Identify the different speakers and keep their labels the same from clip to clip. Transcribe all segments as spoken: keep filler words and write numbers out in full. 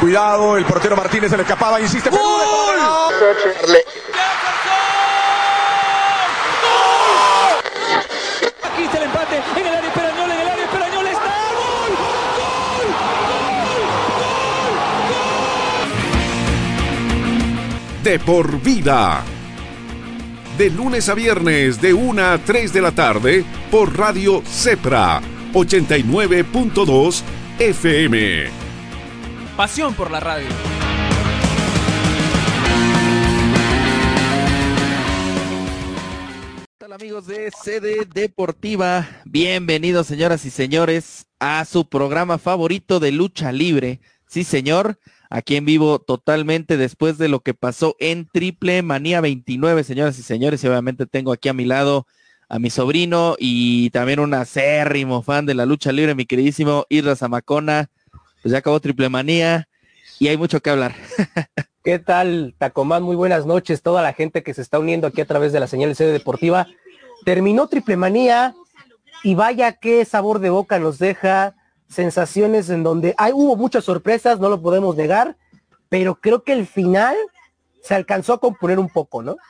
Speaker 1: Cuidado, el portero Martínez se le escapaba, insiste. ¡Gol!
Speaker 2: Aquí está el empate en el área Esperañol, en el área Esperañol está. ¡Gol! ¡Gol! ¡Gol! ¡Gol!
Speaker 3: De por vida. De lunes a viernes, de una a tres de la tarde, por Radio Cepra, ochenta y nueve punto dos F M.
Speaker 2: Pasión por la radio.
Speaker 4: ¿Qué tal, amigos de C D Deportiva? Bienvenidos, señoras y señores, a su programa favorito de lucha libre. Sí, señor, aquí en vivo totalmente después de lo que pasó en Triple Manía veintinueve, señoras y señores, y obviamente tengo aquí a mi lado a mi sobrino y también un acérrimo fan de la lucha libre, mi queridísimo Isra Zamacona. Pues ya acabó Triple Manía y hay mucho que hablar.
Speaker 5: ¿Qué tal, Tacomán? Muy buenas noches, toda la gente que se está uniendo aquí a través de la señal de C D Deportiva. Terminó Triple Manía y vaya qué sabor de boca nos deja, sensaciones en donde hay, hubo muchas sorpresas, no lo podemos negar, pero creo que el final se alcanzó a componer un poco, ¿no?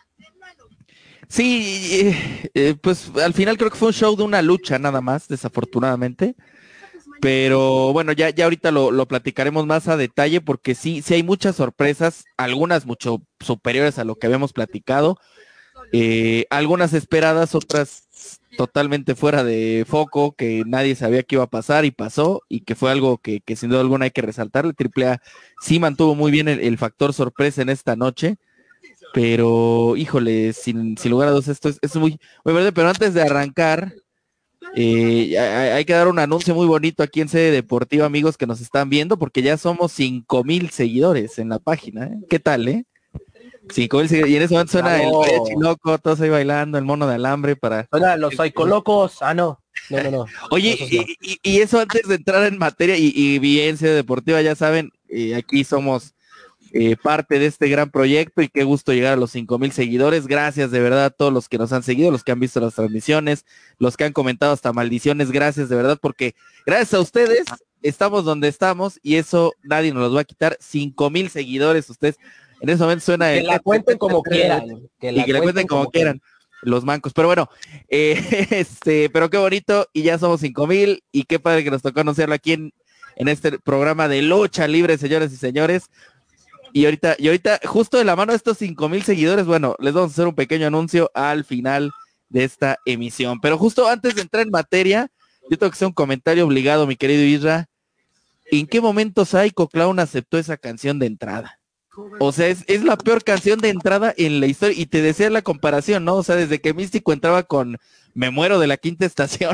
Speaker 4: Sí, eh, eh, pues al final creo que fue un show de una lucha nada más, desafortunadamente. Pero bueno, ya, ya ahorita lo, lo platicaremos más a detalle porque sí, sí hay muchas sorpresas, algunas mucho superiores a lo que habíamos platicado, eh, algunas esperadas, otras totalmente fuera de foco, que nadie sabía que iba a pasar y pasó, y que fue algo que, que sin duda alguna hay que resaltar. El Triple A sí mantuvo muy bien el, el factor sorpresa en esta noche, pero híjole, sin, sin lugar a dudas esto es, es muy, muy verde, pero antes de arrancar... Eh, hay, hay que dar un anuncio muy bonito aquí en C D Deportiva, amigos que nos están viendo, porque ya somos cinco mil seguidores en la página, ¿eh? ¿Qué tal, eh? cinco mil seguidores, y en ese momento suena
Speaker 5: Bravo.
Speaker 4: el chiloco, todos ahí bailando, el mono de alambre para...
Speaker 5: Suena los psicolocos, ah no, no, no, no.
Speaker 4: Oye,
Speaker 5: Esos no.
Speaker 4: y, y, y eso antes de entrar en materia, y, y bien C D Deportiva, ya saben, eh, aquí somos eh, parte de este gran proyecto y qué gusto llegar a los cinco mil seguidores. Gracias de verdad a todos los que nos han seguido, los que han visto las transmisiones, los que han comentado hasta maldiciones, gracias de verdad, porque gracias a ustedes estamos donde estamos y eso nadie nos los va a quitar. Cinco mil seguidores, ustedes en ese momento suena...
Speaker 5: Que
Speaker 4: el...
Speaker 5: la cuenten como quieran.
Speaker 4: Que y que la cuenten como, como quieran. Los mancos, pero bueno, eh, este, pero qué bonito, y ya somos cinco mil, y qué padre que nos tocó anunciarlo aquí en, en este programa de lucha libre, señores y señores. Y ahorita, y ahorita, justo de la mano de estos cinco mil seguidores, bueno, les vamos a hacer un pequeño anuncio al final de esta emisión. Pero justo antes de entrar en materia, yo tengo que hacer un comentario obligado, mi querido Isra. ¿En qué momento Psycho Clown aceptó esa canción de entrada? O sea, es, es la peor canción de entrada en la historia, y te decía la comparación, ¿no? O sea, desde que Místico entraba con Me muero de la quinta estación,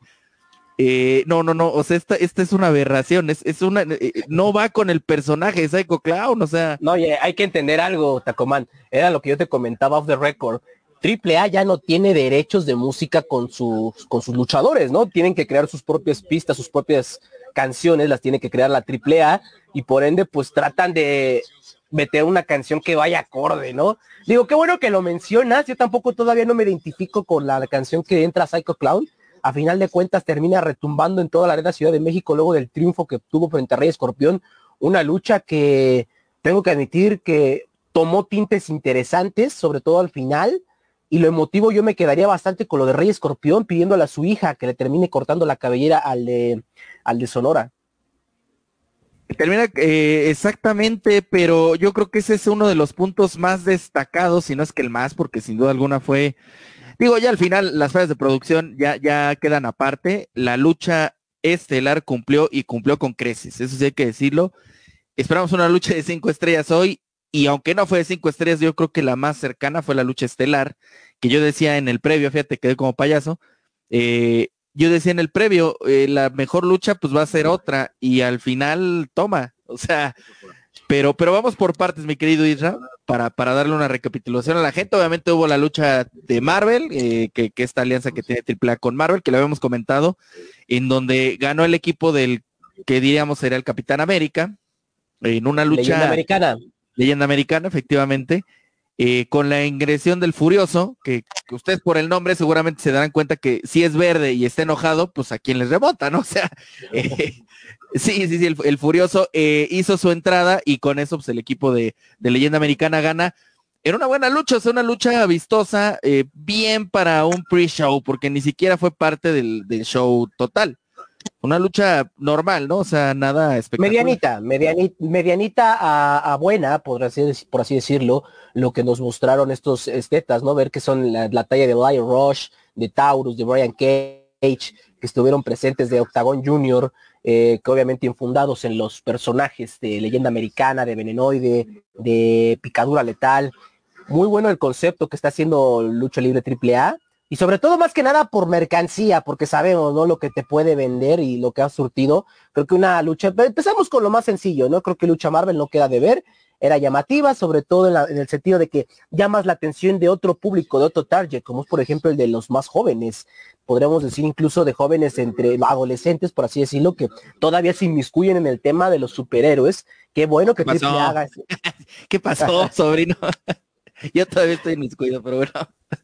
Speaker 4: Eh, no, no, no, o sea, esta, esta es una aberración, es, es una, eh, no va con el personaje de Psycho Clown, o sea.
Speaker 5: No, oye, hay que entender algo, Tacomán, era lo que yo te comentaba off the record. Triple A ya no tiene derechos de música con sus, con sus luchadores, ¿no? Tienen que crear sus propias pistas, sus propias canciones, las tiene que crear la Triple A, y por ende, pues tratan de meter una canción que vaya acorde, ¿no? Digo, qué bueno que lo mencionas, yo tampoco todavía no me identifico con la canción que entra Psycho Clown. A final de cuentas termina retumbando en toda la arena Ciudad de México luego del triunfo que tuvo frente a Rey Escorpión, una lucha que tengo que admitir que tomó tintes interesantes, sobre todo al final, y lo emotivo yo me quedaría bastante con lo de Rey Escorpión pidiéndole a su hija que le termine cortando la cabellera al de, al de Sonora.
Speaker 4: Termina eh, exactamente, pero yo creo que ese es uno de los puntos más destacados, si no es que el más, porque sin duda alguna fue... Digo, ya al final las fallas de producción ya, ya quedan aparte. La lucha estelar cumplió y cumplió con creces, eso sí hay que decirlo. Esperamos una lucha de cinco estrellas hoy, y aunque no fue de cinco estrellas, yo creo que la más cercana fue la lucha estelar, que yo decía en el previo, fíjate, quedé como payaso, eh, yo decía en el previo, eh, la mejor lucha pues va a ser otra, y al final toma, o sea... Pero, pero vamos por partes, mi querido Isra, para, para darle una recapitulación a la gente. Obviamente hubo la lucha de Marvel, eh, que, que esta alianza que tiene Triple A con Marvel, que lo habíamos comentado, en donde ganó el equipo del que diríamos sería el Capitán América, en una lucha...
Speaker 5: Leyenda americana.
Speaker 4: Leyenda americana, efectivamente, eh, con la ingresión del Furioso, que, que ustedes por el nombre seguramente se darán cuenta que si es verde y está enojado, pues a quién les rebota, ¿no? O sea... Eh, Sí, sí, sí, el, el Furioso eh, hizo su entrada y con eso pues el equipo de, de Leyenda Americana gana. Era una buena lucha, o sea, una lucha vistosa, eh, bien para un pre-show, porque ni siquiera fue parte del, del show total. Una lucha normal, ¿no? O sea, nada espectacular.
Speaker 5: Medianita, medianita, medianita a, a buena, por así, por así decirlo, lo que nos mostraron estos estetas, ¿no? Ver que son la, la talla de Lion Rush, de Taurus, de Brian Cage, que estuvieron presentes de Octagon Junior, eh, que obviamente infundados en los personajes de Leyenda Americana, de Venenoide, de Picadura Letal. Muy bueno el concepto que está haciendo Lucha Libre Triple A. Y sobre todo más que nada por mercancía, porque sabemos, ¿no? Lo que te puede vender y lo que ha surtido. Creo que una lucha, empezamos con lo más sencillo, ¿no? Creo que lucha Marvel no queda de ver, era llamativa, sobre todo en, la, en el sentido de que llamas la atención de otro público, de otro target, como es por ejemplo el de los más jóvenes, podríamos decir incluso de jóvenes entre adolescentes, por así decirlo, que todavía se inmiscuyen en el tema de los superhéroes. Qué bueno que Triple A haga.
Speaker 4: ¿Qué pasó, sobrino? Yo todavía estoy inmiscuido, pero bueno.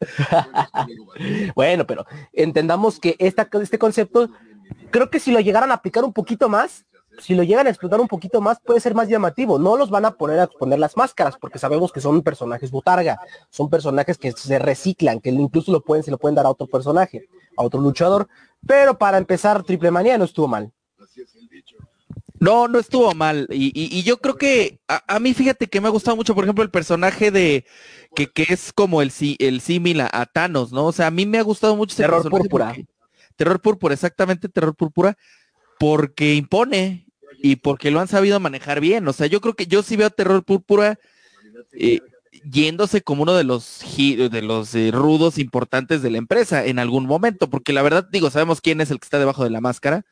Speaker 5: Bueno, pero entendamos que esta, este concepto, creo que si lo llegaran a aplicar un poquito más, si lo llegan a explotar un poquito más, puede ser más llamativo. No los van a poner a exponer las máscaras, porque sabemos que son personajes botarga, son personajes que se reciclan, que incluso lo pueden, se lo pueden dar a otro personaje, a otro luchador. Pero para empezar, Triple Manía no estuvo mal.
Speaker 4: No, no estuvo mal. Y, y, y yo creo que a, a mí, fíjate que me ha gustado mucho, por ejemplo, el personaje de que, que es como el, el símil a, a Thanos, ¿no? O sea, a mí me ha gustado mucho ese
Speaker 5: Terror
Speaker 4: personaje.
Speaker 5: Púrpura.
Speaker 4: Porque, terror Púrpura, exactamente, Terror Púrpura, porque impone y porque lo han sabido manejar bien. O sea, yo creo que yo sí veo a Terror Púrpura eh, yéndose como uno de los de los eh, rudos importantes de la empresa en algún momento, porque la verdad, digo, sabemos quién es el que está debajo de la máscara,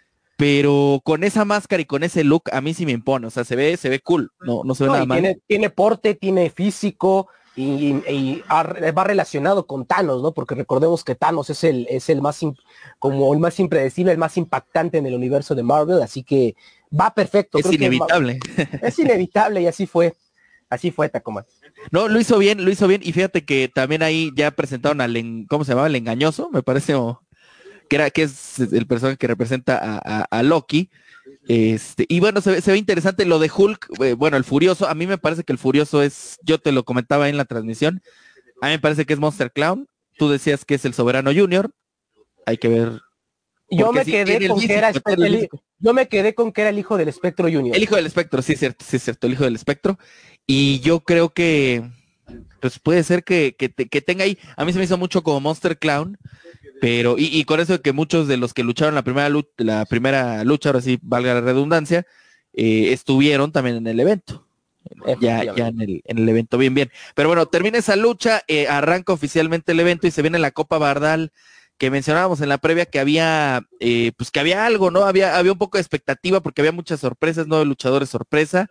Speaker 4: pero con esa máscara y con ese look a mí sí me impone, o sea, se ve, se ve cool, no, no se ve
Speaker 5: no,
Speaker 4: nada mal.
Speaker 5: Tiene, tiene porte, tiene físico y, y, y va relacionado con Thanos, ¿no? Porque recordemos que Thanos es el, es el más, como el más impredecible, el más impactante en el universo de Marvel, así que va perfecto.
Speaker 4: Es
Speaker 5: Creo
Speaker 4: inevitable.
Speaker 5: Que es inevitable y así fue, así fue Tacoma.
Speaker 4: No, lo hizo bien, lo hizo bien, y fíjate que también ahí ya presentaron al, en, ¿cómo se llamaba? El engañoso, me parece, o... que era que es el personaje que representa a, a, a Loki. Este, y bueno, se ve, se ve interesante lo de Hulk, eh, bueno, el Furioso, a mí me parece que el Furioso es, yo te lo comentaba en la transmisión, a mí me parece que es Monster Clown, tú decías que es el Soberano Junior, hay que ver.
Speaker 5: Yo me, si quedé con que era el, el, yo me quedé con que era el hijo del Espectro Junior.
Speaker 4: El hijo del Espectro, sí es cierto, sí es cierto, el hijo del Espectro, y yo creo que pues puede ser que, que, que tenga ahí, a mí se me hizo mucho como Monster Clown, pero, y, y con eso de que muchos de los que lucharon la primera lucha, la primera lucha, ahora sí valga la redundancia, eh, estuvieron también en el evento. Ya, ya en el, en el evento, bien, bien. Pero bueno, termina esa lucha, eh, arranca oficialmente el evento y se viene la Copa Bardal, que mencionábamos en la previa que había, eh, pues que había algo, ¿no? Había, había un poco de expectativa porque había muchas sorpresas, nueve luchadores sorpresa,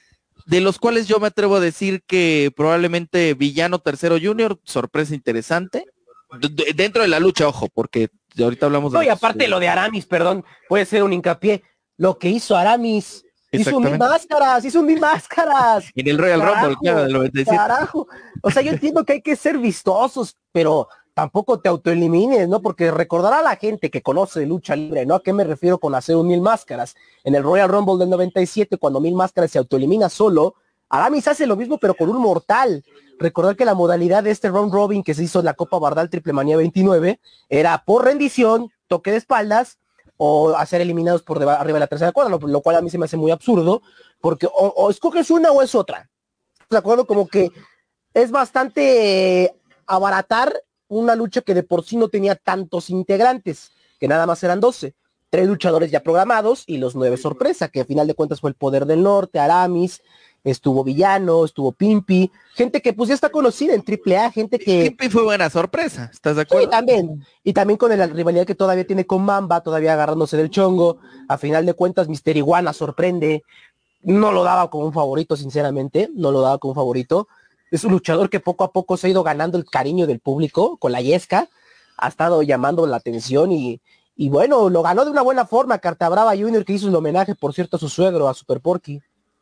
Speaker 4: de los cuales yo me atrevo a decir que probablemente Villano Tercero Junior, sorpresa interesante. D- dentro de la lucha, ojo, porque ahorita hablamos de...
Speaker 5: No, y aparte de... lo de Aramis, perdón, puede ser un hincapié. Lo que hizo Aramis, hizo mil máscaras, hizo mil máscaras.
Speaker 4: En el Royal
Speaker 5: carajo,
Speaker 4: Rumble, claro, del noventa y siete.
Speaker 5: Carajo. O sea, yo entiendo que hay que ser vistosos, pero tampoco te autoelimines, ¿no? Porque recordará a la gente que conoce de lucha libre, ¿no? ¿A qué me refiero con hacer un mil máscaras? En el Royal Rumble del noventa y siete, cuando mil máscaras se autoelimina solo, Aramis hace lo mismo, pero con un mortal. Recordar que la modalidad de este round robin que se hizo en la Copa Bardal Triple Manía veintinueve era por rendición, toque de espaldas o hacer eliminados por deba- arriba de la tercera cuerda, lo, lo cual a mí se me hace muy absurdo, porque o, o escoges una o es otra. ¿De acuerdo? Como que es bastante eh, abaratar una lucha que de por sí no tenía tantos integrantes, que nada más eran doce. Tres luchadores ya programados y los nueve sorpresa, que al final de cuentas fue el Poder del Norte, Aramis, estuvo Villano, estuvo Pimpi, gente que pues ya está conocida en triple A, gente que...
Speaker 4: Pimpi fue buena sorpresa, ¿estás de acuerdo?
Speaker 5: Sí, también, y también con la rivalidad que todavía tiene con Mamba, todavía agarrándose del chongo, a final de cuentas Mister Iguana sorprende, no lo daba como un favorito, sinceramente, no lo daba como un favorito, es un luchador que poco a poco se ha ido ganando el cariño del público, con la yesca, ha estado llamando la atención y, y bueno, lo ganó de una buena forma, Carta Brava Junior, que hizo un homenaje, por cierto, a su suegro, a Super Porky.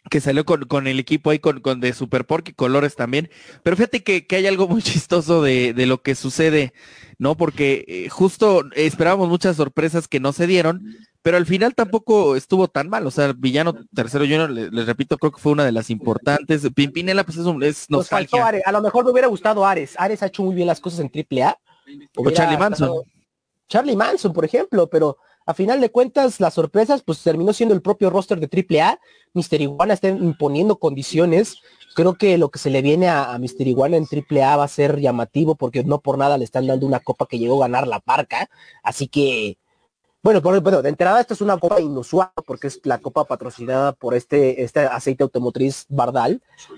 Speaker 4: que salió con, con el equipo ahí con, con de Super Porky Colores también. Pero fíjate que, que hay algo muy chistoso de, de lo que sucede, ¿no? Porque eh, justo esperábamos muchas sorpresas que no se dieron, pero al final tampoco estuvo tan mal. O sea, Villano Tercero Junior, les, les repito, creo que fue una de las importantes. Pimpinela, pues es, un, es
Speaker 5: Nos faltó
Speaker 4: nostalgia.
Speaker 5: Ares. A lo mejor me hubiera gustado Ares. Ares ha hecho muy bien las cosas en triple A.
Speaker 4: O Charlie Manson.
Speaker 5: Estado... Charlie Manson, por ejemplo, pero a final de cuentas las sorpresas pues terminó siendo el propio roster de triple A. Mister Iguana está imponiendo condiciones. Creo que lo que se le viene a, a Mister Iguana en triple A va a ser llamativo porque no por nada le están dando una copa que llegó a ganar la Parca. Así que, bueno, por, bueno, de entrada esta es una copa inusual porque es la copa patrocinada por este, este aceite automotriz Bardal,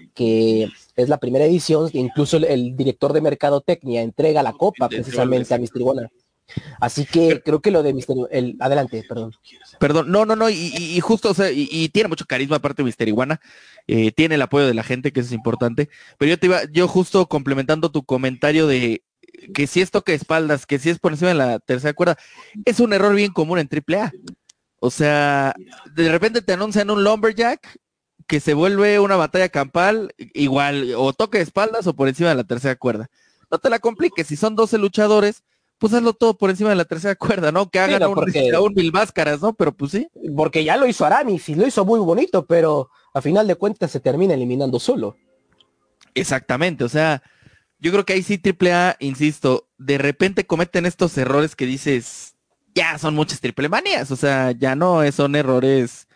Speaker 5: que es la primera edición. Incluso el, el director de mercadotecnia entrega la copa precisamente a Mister Iguana. Así que pero, creo que lo de Mister el adelante, perdón.
Speaker 4: Perdón, no, no, no, y, y justo, o sea, y, y tiene mucho carisma aparte de Mister Iguana, eh, tiene el apoyo de la gente, que eso es importante, pero yo te iba, yo justo complementando tu comentario de que si es toque de espaldas, que si es por encima de la tercera cuerda, es un error bien común en triple A. O sea, de repente te anuncian un lumberjack que se vuelve una batalla campal, igual, o toque de espaldas o por encima de la tercera cuerda. No te la compliques, si son doce luchadores, pues hazlo todo por encima de la tercera cuerda, ¿no? Que hagan sí, no, porque, un, un mil máscaras, ¿no? Pero pues sí.
Speaker 5: Porque ya lo hizo Aramis y lo hizo muy bonito, pero a final de cuentas se termina eliminando solo.
Speaker 4: Exactamente, o sea, yo creo que ahí sí triple A, insisto, de repente cometen estos errores que dices, ya son muchas triple manías, o sea, ya no son errores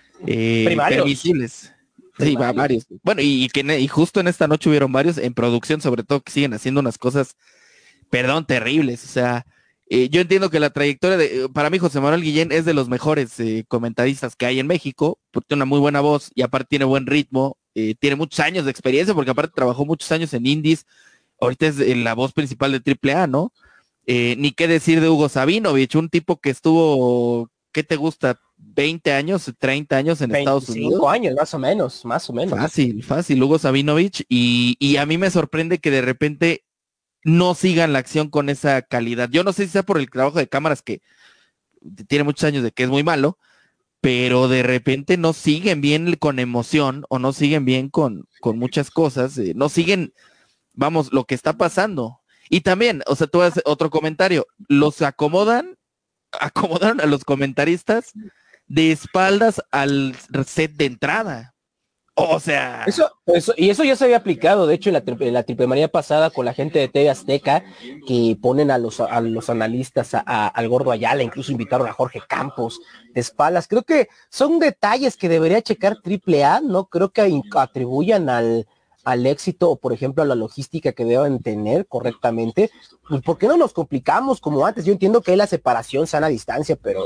Speaker 4: eh, permisibles. Sí, va varios. Bueno, y, y, que, y justo en esta noche hubieron varios, en producción sobre todo, que siguen haciendo unas cosas perdón, terribles, o sea, eh, yo entiendo que la trayectoria de, para mí José Manuel Guillén es de los mejores eh, comentaristas que hay en México, porque tiene una muy buena voz y aparte tiene buen ritmo, eh, tiene muchos años de experiencia, porque aparte trabajó muchos años en indies, ahorita es eh, la voz principal de triple A, ¿no? Eh, ni qué decir de Hugo Sabinovich, un tipo que estuvo, ¿qué te gusta? veinte años, treinta años en Estados Unidos.
Speaker 5: veinticinco años, más o menos, más o menos.
Speaker 4: Fácil, fácil, Hugo Sabinovich, y, y a mí me sorprende que de repente no sigan la acción con esa calidad. Yo no sé si sea por el trabajo de cámaras que tiene muchos años de que es muy malo, pero de repente no siguen bien con emoción o no siguen bien con, con muchas cosas, eh, no siguen, vamos, lo que está pasando. Y también, o sea, tú haces otro comentario, los acomodan, acomodaron a los comentaristas de espaldas al set de entrada. O sea...
Speaker 5: Eso, eso, y eso ya se había aplicado, de hecho, en la, en la triple manía pasada con la gente de T V Azteca, que ponen a los, a los analistas, a, a, al Gordo Ayala, incluso invitaron a Jorge Campos de espaldas. Creo que son detalles que debería checar triple A, no creo que atribuyan al, al éxito o, por ejemplo, a la logística que deben tener correctamente. Pues, ¿por qué no nos complicamos como antes? Yo entiendo que hay la separación sana distancia, pero...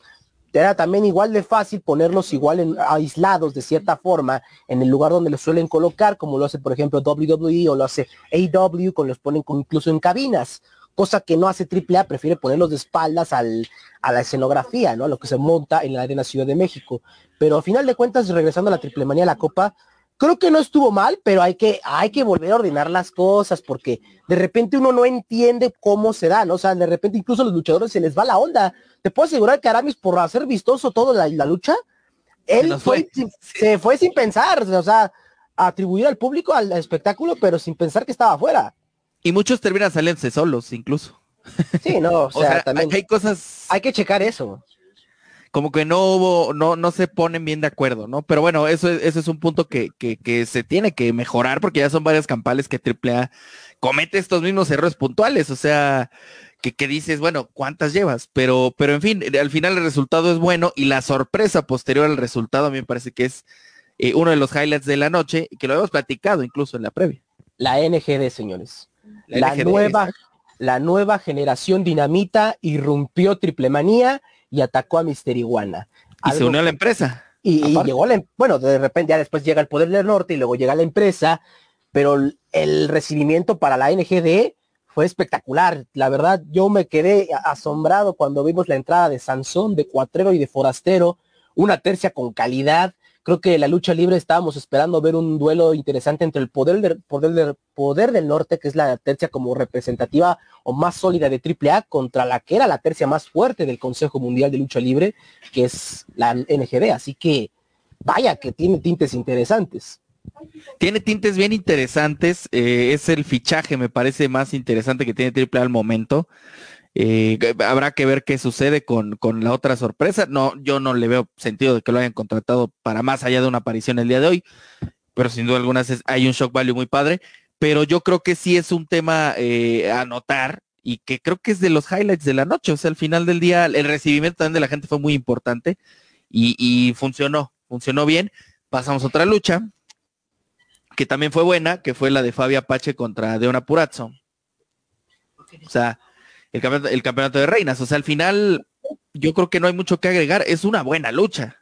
Speaker 5: era también igual de fácil ponerlos igual en, aislados de cierta forma en el lugar donde los suelen colocar, como lo hace por ejemplo doble u doble u E o lo hace A E W, con los ponen con, incluso en cabinas, cosa que no hace triple A, prefiere ponerlos de espaldas al, a la escenografía, ¿no? Lo que se monta en la Arena Ciudad de México. Pero al final de cuentas, regresando a la triple manía, la Copa, creo que no estuvo mal, pero hay que, hay que volver a ordenar las cosas, porque de repente uno no entiende cómo se da, ¿no? O sea, de repente incluso a los luchadores se les va la onda. Te puedo asegurar que Aramis, por hacer vistoso todo la, la lucha, él fue, fue. se fue sin pensar, o sea, atribuir al público al, al espectáculo, pero sin pensar que estaba afuera.
Speaker 4: Y muchos terminan saliéndose solos, incluso.
Speaker 5: Sí, no, o, o sea, sea, también
Speaker 4: hay cosas...
Speaker 5: Hay que checar eso.
Speaker 4: Como que no hubo, no, no se ponen bien de acuerdo, ¿no? Pero bueno, eso es, eso es un punto que, que, que se tiene que mejorar, porque ya son varias campales que triple A comete estos mismos errores puntuales, o sea, que, que dices, bueno, ¿cuántas llevas? Pero, pero en fin, al final el resultado es bueno y la sorpresa posterior al resultado a mí me parece que es eh, uno de los highlights de la noche, que lo hemos platicado incluso en la previa.
Speaker 5: La N G D, señores. La, la N G D, nueva, la nueva generación dinamita irrumpió Triple Manía y atacó a Mister Iguana.
Speaker 4: Y Algo se unió a la empresa.
Speaker 5: Y, y llegó a la, bueno, de repente ya después llega el Poder del Norte y luego llega la empresa, pero el, el recibimiento para la N G D fue espectacular. La verdad, yo me quedé asombrado cuando vimos la entrada de Sansón, de Cuatrero y de Forastero, una tercia con calidad. Creo que la lucha libre estábamos esperando ver un duelo interesante entre el Poder del, poder del, poder del Norte, que es la tercia como representativa o más sólida de triple A, contra la que era la tercia más fuerte del Consejo Mundial de Lucha Libre, que es la N G D. Así que vaya que tiene tintes interesantes.
Speaker 4: Tiene tintes bien interesantes, eh, es el fichaje, me parece, más interesante que tiene Triple A al momento. Eh, habrá que ver qué sucede con, con la otra sorpresa. No, yo no le veo sentido de que lo hayan contratado para más allá de una aparición el día de hoy, pero sin duda alguna es, hay un shock value muy padre, pero yo creo que sí es un tema eh, a notar y que creo que es de los highlights de la noche. O sea, al final del día el recibimiento también de la gente fue muy importante y, y funcionó, funcionó bien. Pasamos a otra lucha que también fue buena, que fue la de Fabi Apache contra Deonna Purrazzo. O sea, el campeonato, el campeonato de reinas. O sea, al final yo creo que no hay mucho que agregar. Es una buena lucha.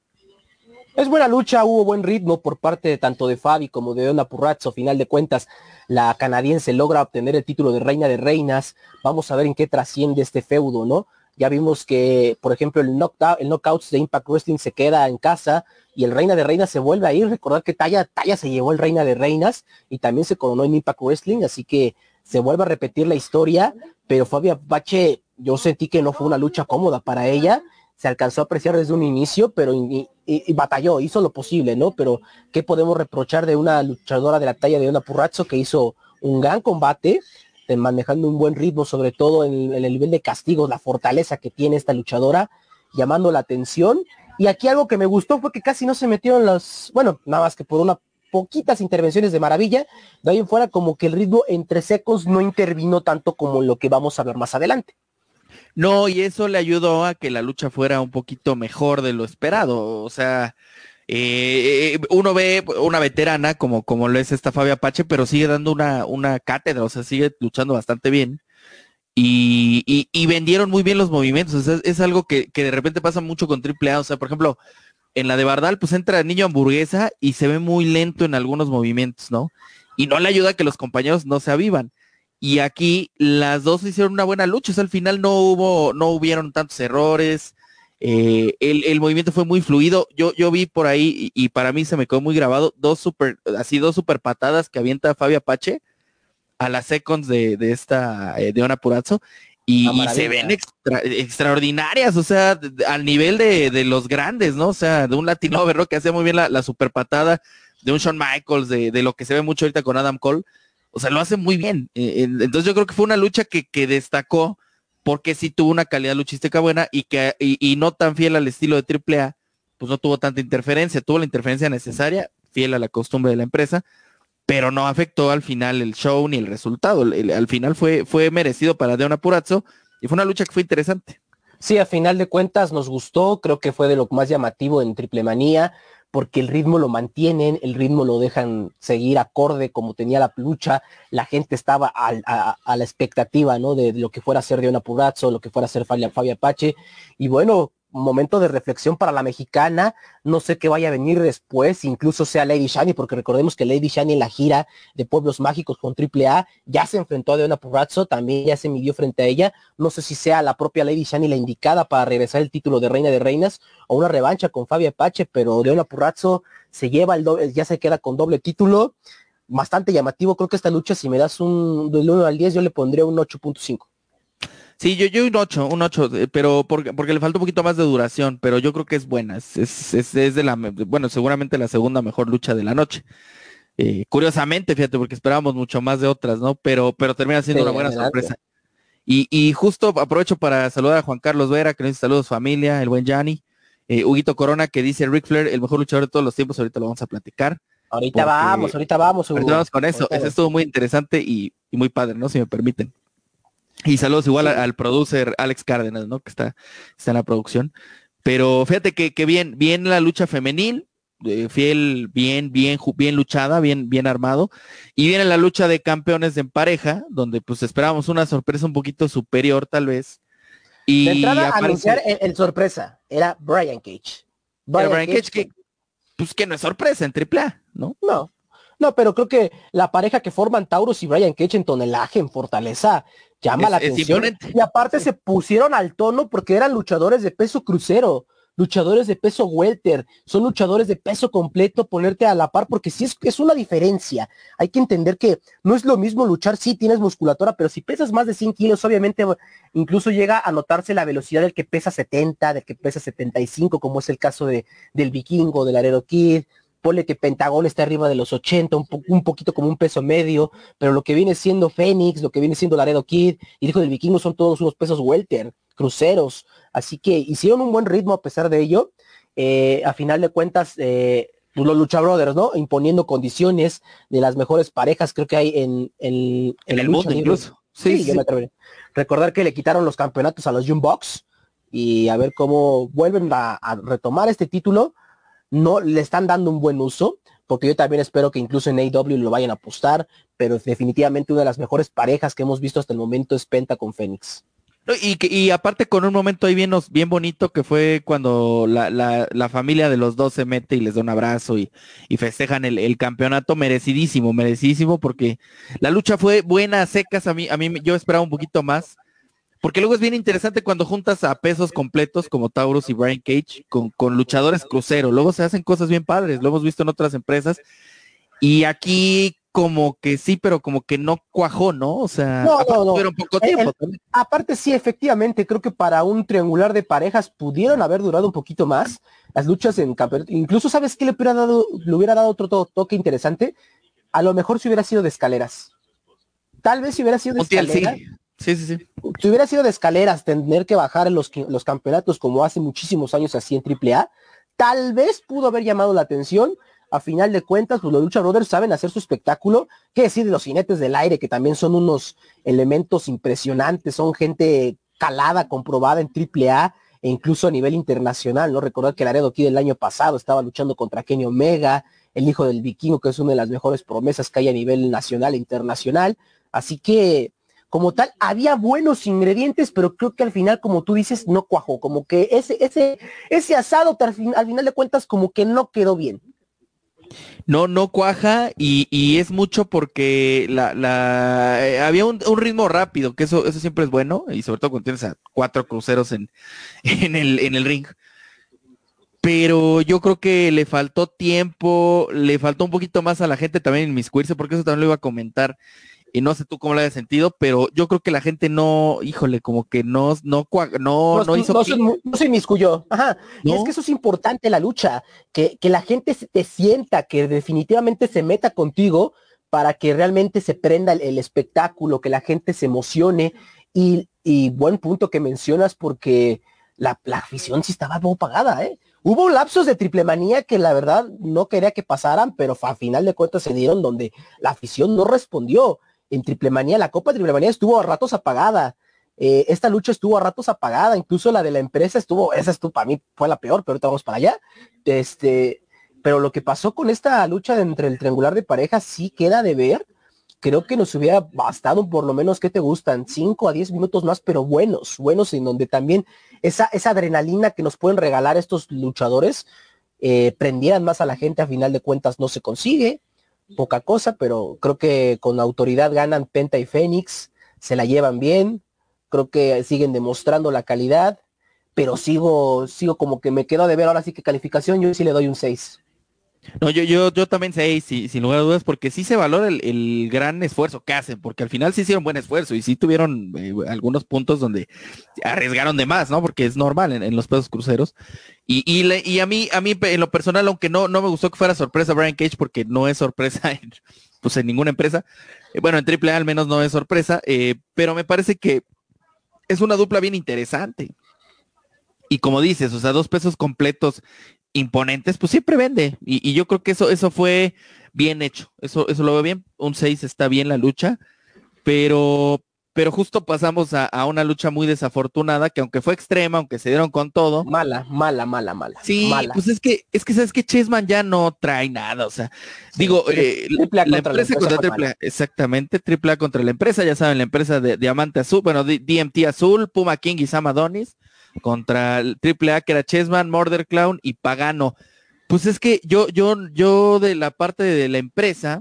Speaker 5: Es buena lucha, hubo buen ritmo por parte de tanto de Fabi como de Deonna Purrazzo. Final de cuentas, la canadiense logra obtener el título de reina de reinas. Vamos a ver en qué trasciende este feudo, ¿no? Ya vimos que, por ejemplo, el knockout, el knockouts de Impact Wrestling se queda en casa y el Reina de Reinas se vuelve a ir. Recordar que Taya, Taya se llevó el Reina de Reinas y también se coronó en Impact Wrestling, así que se vuelve a repetir la historia, pero Fabi Apache, yo sentí que no fue una lucha cómoda para ella. Se alcanzó a apreciar desde un inicio, pero y, y, y batalló, hizo lo posible, ¿no? Pero ¿qué podemos reprochar de una luchadora de la talla de Deonna Purrazzo que hizo un gran combate, de manejando un buen ritmo, sobre todo en, en el nivel de castigos, la fortaleza que tiene esta luchadora, llamando la atención? Y aquí algo que me gustó fue que casi no se metieron los, bueno, nada más que por una poquitas intervenciones de maravilla, de ahí en fuera como que el ritmo entre secos no intervino tanto como lo que vamos a ver más adelante.
Speaker 4: No, y eso le ayudó a que la lucha fuera un poquito mejor de lo esperado. O sea, eh, uno ve una veterana como, como lo es esta Fabi Apache, pero sigue dando una, una cátedra, o sea, sigue luchando bastante bien. Y, y, y vendieron muy bien los movimientos. O sea, es, es algo que, que de repente pasa mucho con Triple A. O sea, por ejemplo, en la de Bardal, pues entra el niño hamburguesa y se ve muy lento en algunos movimientos, ¿no? Y no le ayuda a que los compañeros no se avivan. Y aquí las dos hicieron una buena lucha, o sea, al final no hubo, no hubieron tantos errores, eh, el, el movimiento fue muy fluido. Yo, yo vi por ahí, y, y para mí se me quedó muy grabado, dos super, así dos super patadas que avienta Fabi Apache a las seconds de, de esta eh, Deonna Purrazzo, y, y se ven extra, extraordinarias, o sea, de, de, al nivel de, de los grandes, ¿no? O sea, de un Latin Lover, ¿no? Que hace muy bien la, la super patada, de un Shawn Michaels, de, de lo que se ve mucho ahorita con Adam Cole. O sea, lo hace muy bien. Eh, entonces yo creo que fue una lucha que, que destacó porque sí tuvo una calidad luchística buena y que y, y no tan fiel al estilo de Triple A, pues no tuvo tanta interferencia, tuvo la interferencia necesaria, fiel a la costumbre de la empresa, pero no afectó al final el show ni el resultado. El, el, al final fue, fue merecido para Deonna Purrazzo y fue una lucha que fue interesante.
Speaker 5: Sí, a final de cuentas nos gustó, creo que fue de lo más llamativo en Triple Manía, porque el ritmo lo mantienen, el ritmo lo dejan seguir acorde como tenía la lucha, la gente estaba a, a, a la expectativa, ¿no? De, de lo que fuera a ser Deonna Purrazzo, lo que fuera a ser Fabi, Fabi Apache, y bueno, un momento de reflexión para la mexicana, no sé qué vaya a venir después, incluso sea Lady Shani, porque recordemos que Lady Shani en la gira de Pueblos Mágicos con Triple A ya se enfrentó a Deonna Purrazzo, también ya se midió frente a ella, no sé si sea la propia Lady Shani la indicada para regresar el título de Reina de Reinas o una revancha con Fabi Apache, pero Deonna Purrazzo se lleva el doble, ya se queda con doble título, bastante llamativo. Creo que esta lucha, si me das un del uno al diez, yo le pondría un ocho punto cinco.
Speaker 4: Sí, yo, yo un ocho, un ocho, pero porque, porque le falta un poquito más de duración, pero yo creo que es buena, es, es, es, es de la, bueno, seguramente la segunda mejor lucha de la noche. Eh, curiosamente, fíjate, porque esperábamos mucho más de otras, ¿no? Pero, pero termina siendo sí, una buena adelante. sorpresa. Y, y justo aprovecho para saludar a Juan Carlos Vera, que nos dice saludos familia, el buen Gianni, eh, Huguito Corona, que dice Ric Flair, el mejor luchador de todos los tiempos, ahorita lo vamos a platicar.
Speaker 5: Ahorita vamos, ahorita vamos, Hugo.
Speaker 4: Ahorita vamos con eso, eso estuvo muy interesante y, y muy padre, ¿no? Si me permiten. Y saludos igual sí. al producer Alex Cárdenas, ¿no? Que está, está en la producción. Pero fíjate que, que bien, bien la lucha femenil, eh, fiel, bien, bien, bien luchada, bien, bien armado. Y viene la lucha de campeones en pareja, donde pues esperábamos una sorpresa un poquito superior, tal vez. Y
Speaker 5: de entrada, aparece... anunciar el, el sorpresa, era Brian Cage.
Speaker 4: Brian, Brian Cage, Cage que, pues que no es sorpresa en Triple A, ¿no?
Speaker 5: No. No, pero creo que la pareja que forman Taurus y Brian Cage en tonelaje, en fortaleza, llama es, la atención. Y aparte sí. se pusieron al tono porque eran luchadores de peso crucero. luchadores de peso welter, son luchadores de peso completo, ponerte a la par, porque sí es, es una diferencia. Hay que entender que no es lo mismo luchar, sí tienes musculatura, pero si pesas más de cien kilos, obviamente incluso llega a notarse la velocidad del que pesa setenta, del que pesa setenta y cinco, como es el caso de, del Vikingo, del Laredo Kid. Ponle que Pentagón está arriba de los ochenta, un, po un poquito como un peso medio, pero lo que viene siendo Fénix, lo que viene siendo Laredo Kid y el hijo del Vikingo son todos unos pesos welter, cruceros, así que hicieron un buen ritmo a pesar de ello. Eh, a final de cuentas, eh, los Lucha Brothers, ¿no? Imponiendo condiciones de las mejores parejas, creo que hay en, en, en,
Speaker 4: en
Speaker 5: la
Speaker 4: el
Speaker 5: lucha
Speaker 4: mundo
Speaker 5: libre.
Speaker 4: incluso.
Speaker 5: Sí,
Speaker 4: sí,
Speaker 5: yo
Speaker 4: sí.
Speaker 5: me atrevería. Recordar que le quitaron los campeonatos a los Young Bucks y a ver cómo vuelven a, a retomar este título. No le están dando un buen uso, porque yo también espero que incluso en A E W lo vayan a apostar, pero definitivamente una de las mejores parejas que hemos visto hasta el momento es Penta con Fénix.
Speaker 4: No, y, que, y aparte con un momento ahí bien, bien bonito que fue cuando la, la, la familia de los dos se mete y les da un abrazo y, y festejan el, el campeonato, merecidísimo, merecidísimo, porque la lucha fue buena, a secas, a mí, a mí yo esperaba un poquito más. Porque luego es bien interesante cuando juntas a pesos completos como Taurus y Brian Cage con, con luchadores crucero. Luego se hacen cosas bien padres, lo hemos visto en otras empresas. Y aquí como que sí, pero como que no cuajó, ¿no? O sea,
Speaker 5: no,
Speaker 4: aparte
Speaker 5: no, no.
Speaker 4: tuvieron poco
Speaker 5: El,
Speaker 4: tiempo.
Speaker 5: el, aparte sí, efectivamente, creo que para un triangular de parejas pudieron haber durado un poquito más. Las luchas en campeonato. Incluso, ¿sabes qué le hubiera dado, le hubiera dado otro to toque interesante? A lo mejor si hubiera sido de escaleras. Tal vez si hubiera sido de escaleras.
Speaker 4: Sí, sí, sí.
Speaker 5: Si hubiera sido de escaleras, tener que bajar los, los campeonatos como hace muchísimos años así en triple A, tal vez pudo haber llamado la atención. A final de cuentas, pues los Lucha Brothers saben hacer su espectáculo. ¿Qué decir de los jinetes del aire, que también son unos elementos impresionantes? Son gente calada, comprobada en triple A e incluso a nivel internacional, ¿no? Recordar que Laredo Kid el año pasado estaba luchando contra Kenny Omega, el hijo del Vikingo, que es una de las mejores promesas que hay a nivel nacional e internacional. Así que como tal, había buenos ingredientes, pero creo que al final, como tú dices, no cuajó, como que ese, ese, ese asado al, fin, al final de cuentas como que no quedó bien.
Speaker 4: No, no cuaja y, y es mucho porque la, la eh, había un, un ritmo rápido, que eso, eso siempre es bueno, y sobre todo cuando tienes a cuatro cruceros en, en el, en el ring. Pero yo creo que le faltó tiempo, le faltó un poquito más a la gente también inmiscuirse, porque eso también lo iba a comentar. Y no sé tú cómo lo hayas sentido, pero yo creo que la gente no, híjole, como que no, no, no, no, no hizo.
Speaker 5: No, se, no se inmiscuyó. Ajá. ¿No? Y es que eso es importante, la lucha, que, que la gente te sienta, que definitivamente se meta contigo para que realmente se prenda el, el espectáculo, que la gente se emocione. Y, y buen punto que mencionas, porque la, la afición sí estaba muy pagada, ¿eh? Hubo lapsos de triple manía que la verdad no quería que pasaran, pero a final de cuentas se dieron donde la afición no respondió. En Triple Manía, la Copa Triple Manía estuvo a ratos apagada, eh, esta lucha estuvo a ratos apagada, incluso la de la empresa estuvo, esa estuvo, para mí fue la peor, pero ahorita vamos para allá, este, pero lo que pasó con esta lucha de entre el triangular de parejas sí queda de ver. Creo que nos hubiera bastado por lo menos, ¿qué te gustan? cinco a diez minutos más, pero buenos, buenos, en donde también esa, esa adrenalina que nos pueden regalar estos luchadores, eh, prendieran más a la gente. A final de cuentas no se consigue, poca cosa, pero creo que con autoridad ganan Penta y Fénix, se la llevan bien, creo que siguen demostrando la calidad, pero sigo, sigo como que me quedo de ver. Ahora sí que calificación, yo sí le doy un seis.
Speaker 4: No, yo, yo, yo también seis, sí, sin lugar a dudas, porque sí se valora el, el gran esfuerzo que hacen, porque al final sí hicieron buen esfuerzo y sí tuvieron eh, algunos puntos donde arriesgaron de más, ¿no? Porque es normal en, en los pesos cruceros. Y, y, le, y a mí, a mí en lo personal, aunque no, no me gustó que fuera sorpresa Brian Cage, porque no es sorpresa en, pues en ninguna empresa, eh, bueno, en triple A al menos no es sorpresa, eh, pero me parece que es una dupla bien interesante. Y como dices, o sea, dos pesos completos imponentes, pues siempre vende. Y, y yo creo que eso, eso fue bien hecho. Eso, eso lo veo bien. Un seis está bien la lucha, pero, pero justo pasamos a, a una lucha muy desafortunada, que aunque fue extrema, aunque se dieron con todo.
Speaker 5: Mala, mala, mala, mala.
Speaker 4: Sí,
Speaker 5: mala.
Speaker 4: pues es que, es que sabes que Chessman ya no trae nada. O sea, sí, digo, eh, triple A la, contra empresa la empresa contra triple A, exactamente, triple A contra la empresa, ya saben, la empresa de Diamante Azul, bueno, D M T Azul, Puma King y Sam Adonis, contra el triple A que era Chessman, Murder Clown y Pagano. Pues es que yo, yo, yo de la parte de la empresa,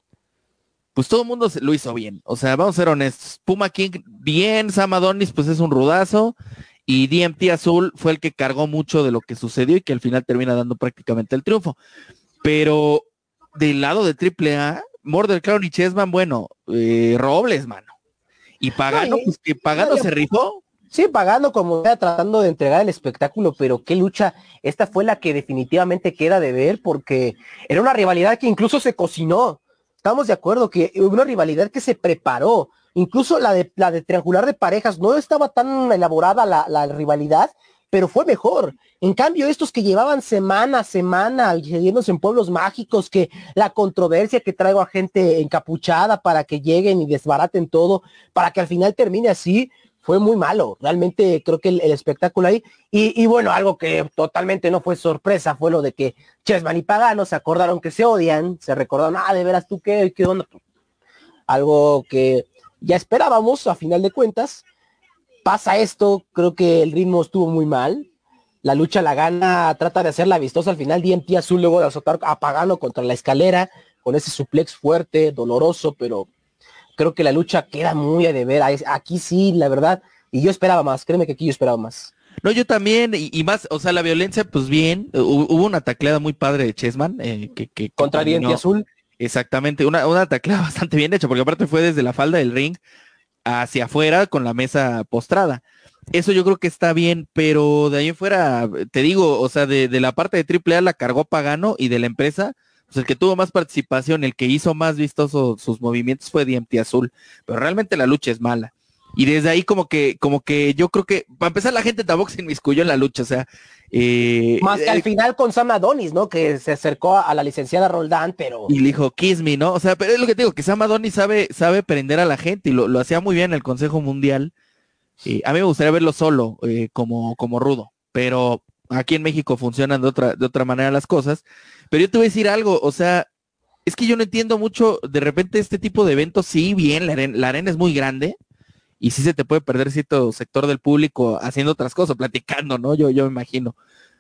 Speaker 4: pues todo el mundo lo hizo bien. O sea, vamos a ser honestos. Puma King, bien, Sam Adonis, pues es un rudazo. y D M T Azul fue el que cargó mucho de lo que sucedió y que al final termina dando prácticamente el triunfo. Pero del lado de Triple A, Murder Clown y Chessman, bueno, eh, Robles, mano. Y Pagano,
Speaker 5: No, y-
Speaker 4: pues que Pagano
Speaker 5: no, yo-
Speaker 4: se rifó.
Speaker 5: Sí, pagando como sea, tratando de entregar el espectáculo, pero qué lucha. Esta fue la que definitivamente queda de ver porque era una rivalidad que incluso se cocinó. Estamos de acuerdo que una rivalidad que se preparó. Incluso la de la de triangular de parejas no estaba tan elaborada la, la rivalidad, pero fue mejor. En cambio, estos que llevaban semana a semana yéndose en pueblos mágicos, que la controversia que traigo a gente encapuchada para que lleguen y desbaraten todo, para que al final termine así, fue muy malo. Realmente creo que el, el espectáculo ahí, y, y bueno, algo que totalmente no fue sorpresa, fue lo de que Chessman y Pagano se acordaron que se odian, se recordaron, ah, de veras tú qué, qué onda. Algo que ya esperábamos a final de cuentas. Pasa esto, creo que el ritmo estuvo muy mal. La lucha la gana, trata de hacerla vistosa al final. D M T Azul luego de azotar a Pagano contra la escalera, con ese suplex fuerte, doloroso, pero creo que la lucha queda muy a deber. Aquí sí, la verdad, y yo esperaba más, créeme que aquí yo esperaba más.
Speaker 4: No, yo también, y, y más, o sea, la violencia, pues bien, hubo, hubo una tacleada muy padre de Chessman, eh, que, que, que
Speaker 5: Contra D M T Azul.
Speaker 4: Exactamente, una, una tacleada bastante bien hecha, porque aparte fue desde la falda del ring hacia afuera con la mesa postrada. Eso yo creo que está bien, pero de ahí en fuera, te digo, o sea, de, de la parte de Triple A la cargó Pagano y de la empresa, pues el que tuvo más participación, el que hizo más vistoso sus movimientos fue D M T Azul, pero realmente la lucha es mala. Y desde ahí como que, como que yo creo que, para empezar, la gente tampoco se inmiscuyó en la lucha, o sea, eh,
Speaker 5: Más que al
Speaker 4: eh,
Speaker 5: final con Sam Adonis, ¿no? Que se acercó a la licenciada Roldán, pero...
Speaker 4: y le dijo, kiss me, ¿no? O sea, pero es lo que te digo, que Sam Adonis sabe, sabe prender a la gente y lo, lo hacía muy bien en el Consejo Mundial. Eh, a mí me gustaría verlo solo, eh, como, como rudo, pero aquí en México funcionan de otra, de otra manera las cosas. Pero yo te voy a decir algo, o sea, es que yo no entiendo mucho, de repente este tipo de eventos, sí, bien, la arena, la arena es muy grande, y sí se te puede perder cierto sector del público haciendo otras cosas, platicando, ¿no? Yo, yo me imagino.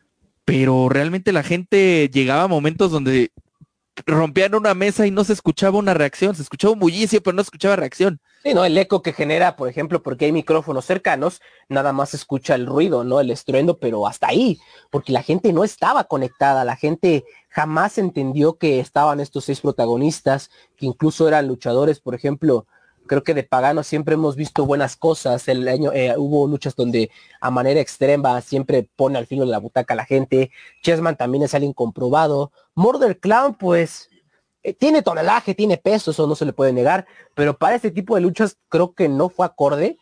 Speaker 4: Pero realmente la gente llegaba a momentos donde rompían una mesa y no se escuchaba una reacción, se escuchaba un bullicio, pero no se escuchaba reacción.
Speaker 5: Sí, ¿no? El eco que genera, por ejemplo, porque hay micrófonos cercanos, nada más se escucha el ruido, ¿no? El estruendo, pero hasta ahí, porque la gente no estaba conectada, la gente jamás entendió que estaban estos seis protagonistas, que incluso eran luchadores, por ejemplo, creo que de Pagano siempre hemos visto buenas cosas, el año eh, hubo luchas donde a manera extrema siempre pone al filo de la butaca a la gente, Chessman también es alguien comprobado, Murder Clown, pues... Eh, tiene tonelaje, tiene peso, eso no se le puede negar, pero para este tipo de luchas creo que no fue acorde,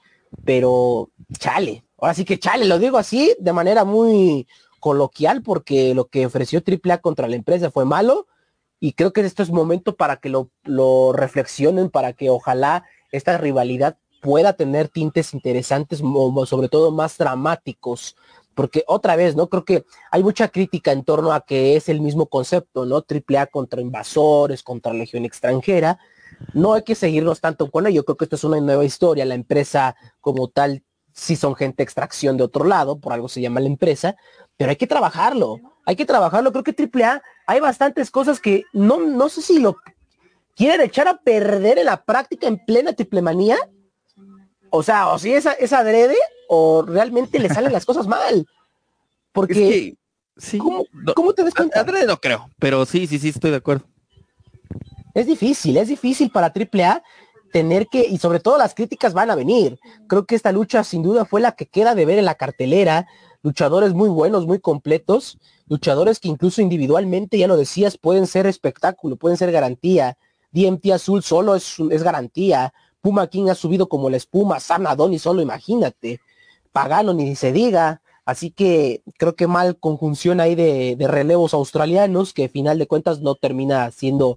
Speaker 5: pero chale, ahora sí que chale, lo digo así de manera muy coloquial porque lo que ofreció Triple A contra la empresa fue malo y creo que esto es momento para que lo, lo reflexionen, para que ojalá esta rivalidad pueda tener tintes interesantes, o sobre todo más dramáticos. Porque otra vez, ¿no? Creo que hay mucha crítica en torno a que es el mismo concepto, ¿no? Triple A contra invasores, contra legión extranjera. No hay que seguirnos tanto con ello. Creo que esto es una nueva historia. La empresa como tal, sí son gente de extracción de otro lado, por algo se llama la empresa, pero hay que trabajarlo. Hay que trabajarlo. Creo que Triple A hay bastantes cosas que no, no sé si lo quieren echar a perder en la práctica en plena triplemanía. O sea, o si es, es adrede o realmente le salen las cosas mal. Porque,
Speaker 4: es que, sí,
Speaker 5: ¿cómo,
Speaker 4: no,
Speaker 5: ¿cómo te das cuenta?
Speaker 4: Adrede no creo, pero sí, sí, sí, estoy de acuerdo.
Speaker 5: Es difícil, es difícil para Triple A tener que, y sobre todo las críticas van a venir. Creo que esta lucha sin duda fue la que queda de ver en la cartelera. Luchadores muy buenos, muy completos. Luchadores que incluso individualmente, ya lo decías, pueden ser espectáculo, pueden ser garantía. D M T Azul solo es, es garantía. Puma King ha subido como la espuma, Sam Adonis solo, imagínate, Pagano ni se diga, así que creo que mal conjunción ahí de, de relevos australianos, que al final de cuentas no termina siendo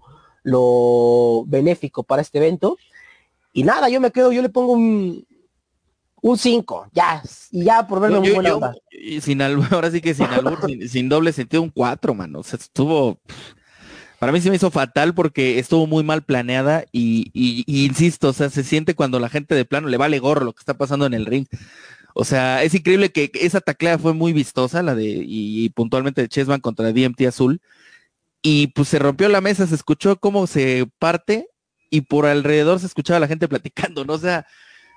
Speaker 5: lo benéfico para este evento, y nada, yo me quedo, yo le pongo un un cinco, ya, y ya por verme
Speaker 4: No,
Speaker 5: muy
Speaker 4: yo,
Speaker 5: buena
Speaker 4: yo,
Speaker 5: onda.
Speaker 4: sin albur, ahora sí que sin albur, sin, sin doble sentido, un cuatro, mano, o sea, estuvo... Para mí se me hizo fatal porque estuvo muy mal planeada y, y, y insisto, o sea, se siente cuando la gente de plano le vale gorro lo que está pasando en el ring. O sea, es increíble que esa taclea fue muy vistosa, la de, y, y puntualmente de Chessman contra D M T Azul. Y pues se rompió la mesa, se escuchó cómo se parte y por alrededor se escuchaba la gente platicando, ¿no? O sea,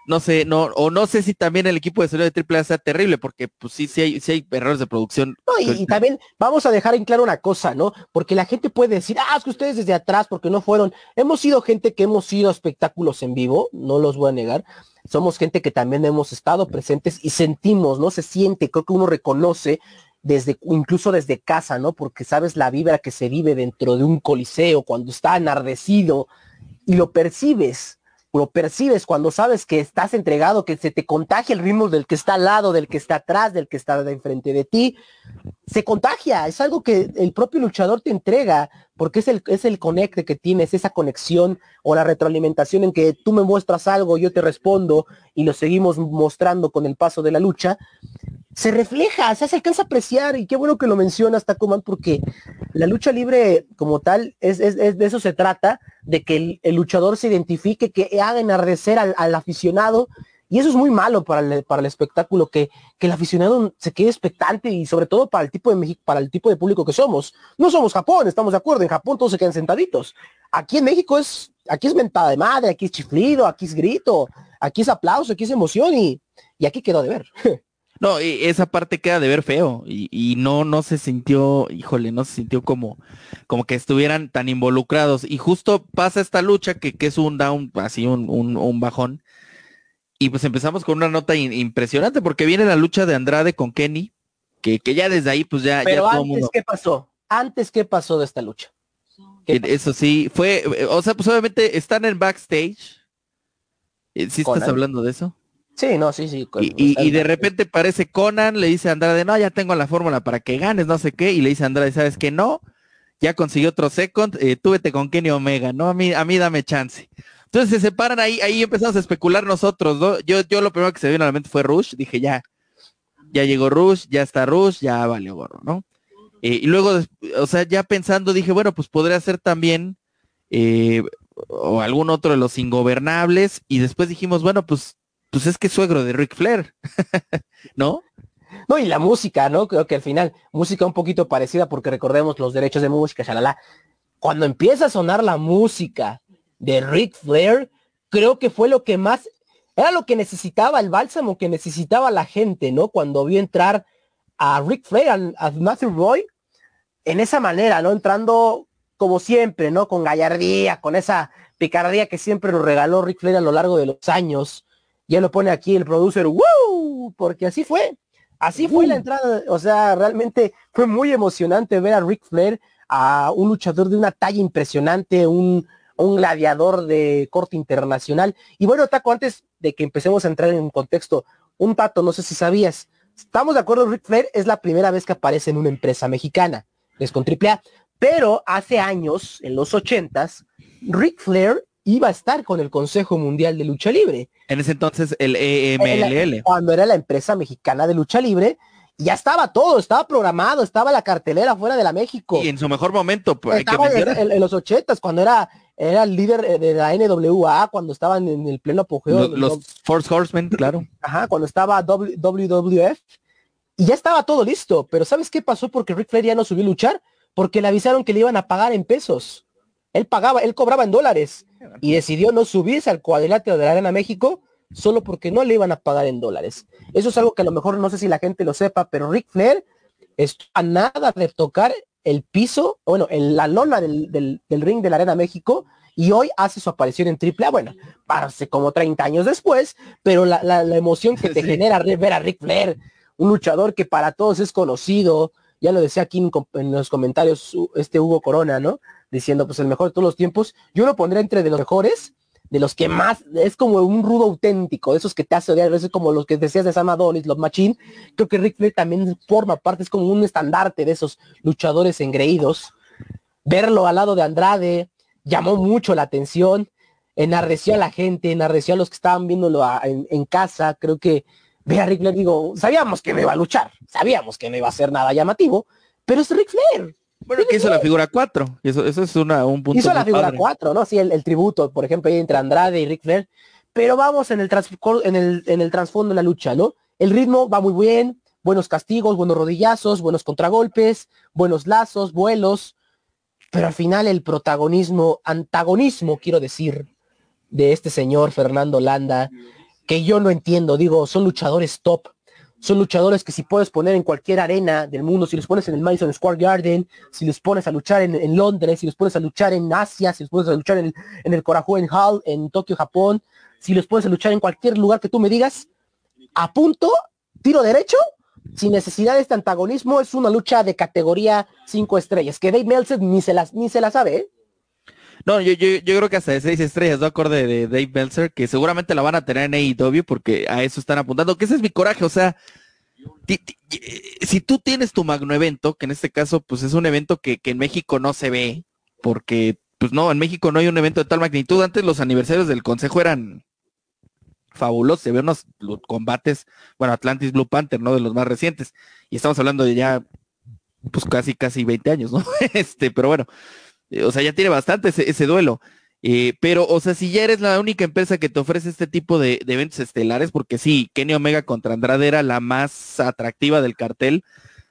Speaker 4: no sé, no, o no sé si también el equipo de sonido de Triple A sea terrible, porque pues sí, sí hay, sí hay errores de producción.
Speaker 5: No, y, y también vamos a dejar en claro una cosa, ¿no? Porque la gente puede decir, ah, es que ustedes desde atrás, porque no fueron. Hemos sido gente que hemos ido a espectáculos en vivo, no los voy a negar. Somos gente que también hemos estado presentes y sentimos, ¿no? Se siente, creo que uno reconoce desde, incluso desde casa, ¿no? Porque sabes la vibra que se vive dentro de un coliseo cuando está enardecido y lo percibes. Lo percibes cuando sabes que estás entregado, que se te contagia el ritmo del que está al lado, del que está atrás, del que está de enfrente de ti. Se contagia, es algo que el propio luchador te entrega, porque es el, es el conecte que tienes, esa conexión o la retroalimentación en que tú me muestras algo, yo te respondo y lo seguimos mostrando con el paso de la lucha. Se refleja, o sea, se alcanza a apreciar, y qué bueno que lo mencionas, Tacoman, porque la lucha libre como tal, es, es, es de eso se trata, de que el, el luchador se identifique, que haga enardecer al, al aficionado, y eso es muy malo para el, para el espectáculo, que, que el aficionado se quede expectante, y sobre todo para el tipo de México, para el tipo de público que somos. No somos Japón, estamos de acuerdo, en Japón todos se quedan sentaditos. Aquí en México es, aquí es mentada de madre, aquí es chiflido, aquí es grito, aquí es aplauso, aquí es emoción, y, y aquí quedó de ver.
Speaker 4: No, y esa parte queda de ver feo y, y no, no se sintió, híjole, no se sintió como, como que estuvieran tan involucrados. Y justo pasa esta lucha que, que es un down, así un, un, un bajón. Y pues empezamos con una nota in, impresionante porque viene la lucha de Andrade con Kenny, que, que ya desde ahí pues ya,
Speaker 5: Pero
Speaker 4: ya todo
Speaker 5: antes,
Speaker 4: mundo...
Speaker 5: ¿qué pasó? Antes, ¿qué pasó de esta lucha?
Speaker 4: Eso sí, fue, o sea, pues obviamente están en backstage. ¿Sí estás
Speaker 5: Conan.
Speaker 4: hablando de eso?
Speaker 5: Sí, no, sí, sí.
Speaker 4: Y, y, y de repente parece Conan, le dice a Andrade, no, ya tengo la fórmula para que ganes, no sé qué, y le dice a Andrade, ¿sabes qué? No, ya consiguió otro second, eh, tú vete con Kenny Omega, ¿no? A mí, a mí dame chance. Entonces se separan ahí, ahí empezamos a especular nosotros, ¿no? Yo, yo lo primero que se vino a la mente fue Rush, dije, ya, ya llegó Rush, ya está Rush, ya valió gorro, ¿no? Eh, y luego, o sea, ya pensando, dije, bueno, pues podría ser también, eh, o algún otro de los ingobernables, y después dijimos, bueno, pues pues es que es suegro de Ric Flair, ¿no?
Speaker 5: No, y la música, ¿no? Creo que al final, música un poquito parecida, porque recordemos los derechos de música, shalala. Cuando empieza a sonar la música de Ric Flair, creo que fue lo que más, era lo que necesitaba, el bálsamo que necesitaba la gente, ¿no? Cuando vio entrar a Ric Flair, a, a Matthew Roy, en esa manera, ¿no? Entrando como siempre, ¿no? Con gallardía, con esa picardía que siempre nos regaló Ric Flair a lo largo de los años. Ya lo pone aquí el producer, ¡wow! Porque así fue, así fue uh. la entrada, o sea, realmente fue muy emocionante ver a Ric Flair, a un luchador de una talla impresionante, un, un gladiador de corte internacional. Y bueno, Taco, antes de que empecemos a entrar en contexto, un dato, no sé si sabías, estamos de acuerdo, Ric Flair es la primera vez que aparece en una empresa mexicana, es con Triple A, pero hace años, en los ochentas, Ric Flair iba a estar con el Consejo Mundial de Lucha Libre.
Speaker 4: En ese entonces el E M L L.
Speaker 5: Cuando era la empresa mexicana de lucha libre, ya estaba todo, estaba programado, estaba la cartelera fuera de la México.
Speaker 4: Y en su mejor momento, pues, hay que
Speaker 5: en, en, en los ochentas, cuando era, era el líder de la N W A, cuando estaban en el pleno apogeo.
Speaker 4: Los, los Force Horsemen, claro.
Speaker 5: Ajá, cuando estaba W W F, y ya estaba todo listo. Pero ¿sabes qué pasó? Porque Ric Flair ya no subió a luchar, porque le avisaron que le iban a pagar en pesos. Él pagaba, él cobraba en dólares y decidió no subirse al cuadrilátero de la Arena México solo porque no le iban a pagar en dólares. Eso es algo que a lo mejor no sé si la gente lo sepa, pero Ric Flair está a nada de tocar el piso, bueno, en la lona del, del, del ring de la Arena México, y hoy hace su aparición en Triple A, bueno, hace como treinta años después, pero la, la, la emoción que te sí. genera ver a Ric Flair, un luchador que para todos es conocido, ya lo decía aquí en, en los comentarios este Hugo Corona, ¿no? Diciendo, pues el mejor de todos los tiempos, yo lo pondré entre de los mejores, de los que más, es como un rudo auténtico, de esos que te hace odiar, a veces como los que decías de Sam Adonis, Love Machine. Creo que Ric Flair también forma parte, es como un estandarte de esos luchadores engreídos. Verlo al lado de Andrade llamó mucho la atención, enardeció a la gente, enardeció a los que estaban viéndolo a, en, en casa. Creo que ve a Ric Flair, digo, sabíamos que no iba a luchar, sabíamos que no iba a hacer nada llamativo, pero es Ric Flair.
Speaker 4: Bueno, que hizo la figura cuatro, eso, eso es una, un punto.
Speaker 5: Hizo la figura
Speaker 4: padre.
Speaker 5: cuatro, ¿no? Sí, el, el tributo, por ejemplo, ahí entre Andrade y Ric Flair. Pero vamos en el, trans, en el en el trasfondo de la lucha, ¿no? El ritmo va muy bien, buenos castigos, buenos rodillazos, buenos contragolpes, buenos lazos, vuelos. Pero al final el protagonismo, antagonismo, quiero decir, de este señor Fernando Landa, que yo no entiendo. Digo, son luchadores top. Son luchadores que si puedes poner en cualquier arena del mundo, si los pones en el Madison Square Garden, si los pones a luchar en, en Londres, si los pones a luchar en Asia, si los pones a luchar en, en el Korakuen Hall, en Tokio, Japón, si los pones a luchar en cualquier lugar que tú me digas, a punto, tiro derecho, sin necesidad de este antagonismo, es una lucha de categoría cinco estrellas, que Dave Meltzer ni se las, ni se la sabe, ¿eh?
Speaker 4: No, yo, yo, yo creo que hasta de seis estrellas, ¿no? Acorde de Dave Meltzer, que seguramente la van a tener en A E W porque a eso están apuntando, que ese es mi coraje, o sea, ti, ti, si tú tienes tu magno evento, que en este caso pues es un evento que, que en México no se ve, porque pues no, en México no hay un evento de tal magnitud. Antes los aniversarios del Consejo eran fabulosos, se ven unos combates, bueno, Atlantis Blue Panther, ¿no? De los más recientes, y estamos hablando de ya pues casi, casi veinte años, ¿no? Este, pero bueno, o sea, ya tiene bastante ese, ese duelo. Eh, pero, o sea, si ya eres la única empresa que te ofrece este tipo de, de eventos estelares, porque sí, Kenny Omega contra Andrade era la más atractiva del cartel,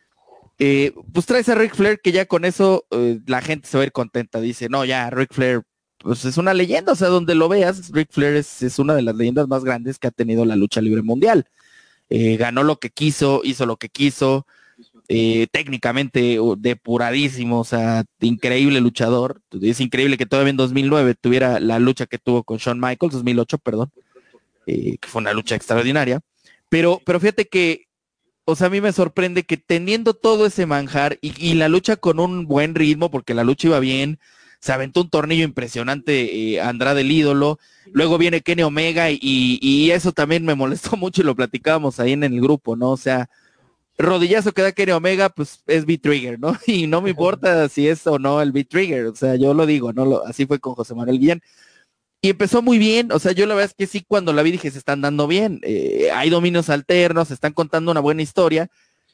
Speaker 4: eh, pues traes a Ric Flair, que ya con eso eh, la gente se va a ir contenta. Dice, no, ya, Ric Flair, pues es una leyenda, o sea, donde lo veas, Ric Flair es, es una de las leyendas más grandes que ha tenido la lucha libre mundial. Eh, ganó lo que quiso, hizo lo que quiso, Eh, técnicamente depuradísimo, o sea, increíble luchador. Es increíble que todavía en dos mil nueve tuviera la lucha que tuvo con Shawn Michaels, dos mil ocho, perdón, eh, que fue una lucha extraordinaria. Pero, pero fíjate que, o sea, a mí me sorprende que teniendo todo ese manjar y, y la lucha con un buen ritmo, porque la lucha iba bien, se aventó un tornillo impresionante, eh, Andrade el ídolo, luego viene Kenny Omega y, y eso también me molestó mucho y lo platicábamos ahí en el grupo, ¿no? O sea, rodillazo que da Kenny Omega, pues es B-Trigger, ¿no? Y no me importa si es o no el B-Trigger, o sea, yo lo digo, ¿no? Lo, así fue con José Manuel Guillén. Y empezó muy bien, o sea, yo la verdad es que sí, cuando la vi dije, se están dando bien, eh, hay dominios alternos, se están contando una buena historia,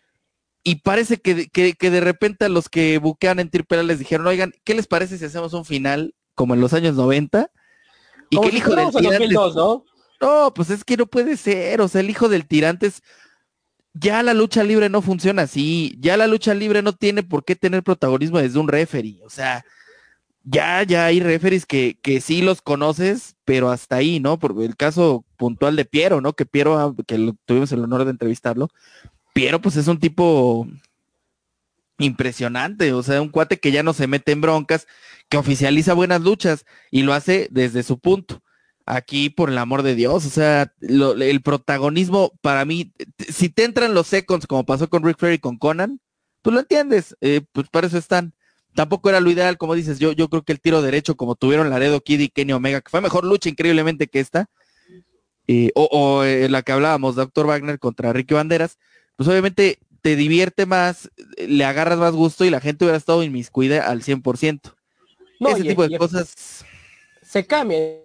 Speaker 4: y parece que, que, que de repente a los que buquean en Triple A les dijeron, oigan, ¿qué les parece si hacemos un final como en los años noventa? Y
Speaker 5: como
Speaker 4: que el hijo del tirante...
Speaker 5: dos mil dos, ¿no?
Speaker 4: No, pues es que no puede ser, o sea, el hijo del tirante es... Ya la lucha libre no funciona así, ya la lucha libre no tiene por qué tener protagonismo desde un referee, o sea, ya, ya hay referees que, que sí los conoces, pero hasta ahí, ¿no? Por el caso puntual de Piero, ¿no? Que Piero, que lo, tuvimos el honor de entrevistarlo, Piero pues es un tipo impresionante, o sea, un cuate que ya no se mete en broncas, que oficializa buenas luchas y lo hace desde su punto. Aquí, por el amor de Dios, o sea, lo, el protagonismo para mí, si te entran los seconds, como pasó con Ric Flair y con Conan, pues lo entiendes, eh, pues para eso están. Tampoco era lo ideal, como dices, yo, yo creo que el tiro derecho, como tuvieron Laredo Kid y Kenny Omega, que fue mejor lucha increíblemente que esta, eh, o, o eh, la que hablábamos, doctor Wagner contra Ricky Banderas, pues obviamente te divierte más, le agarras más gusto y la gente hubiera estado inmiscuida al cien por ciento.
Speaker 5: No,
Speaker 4: Ese
Speaker 5: y,
Speaker 4: tipo de
Speaker 5: y,
Speaker 4: cosas...
Speaker 5: Se cambia.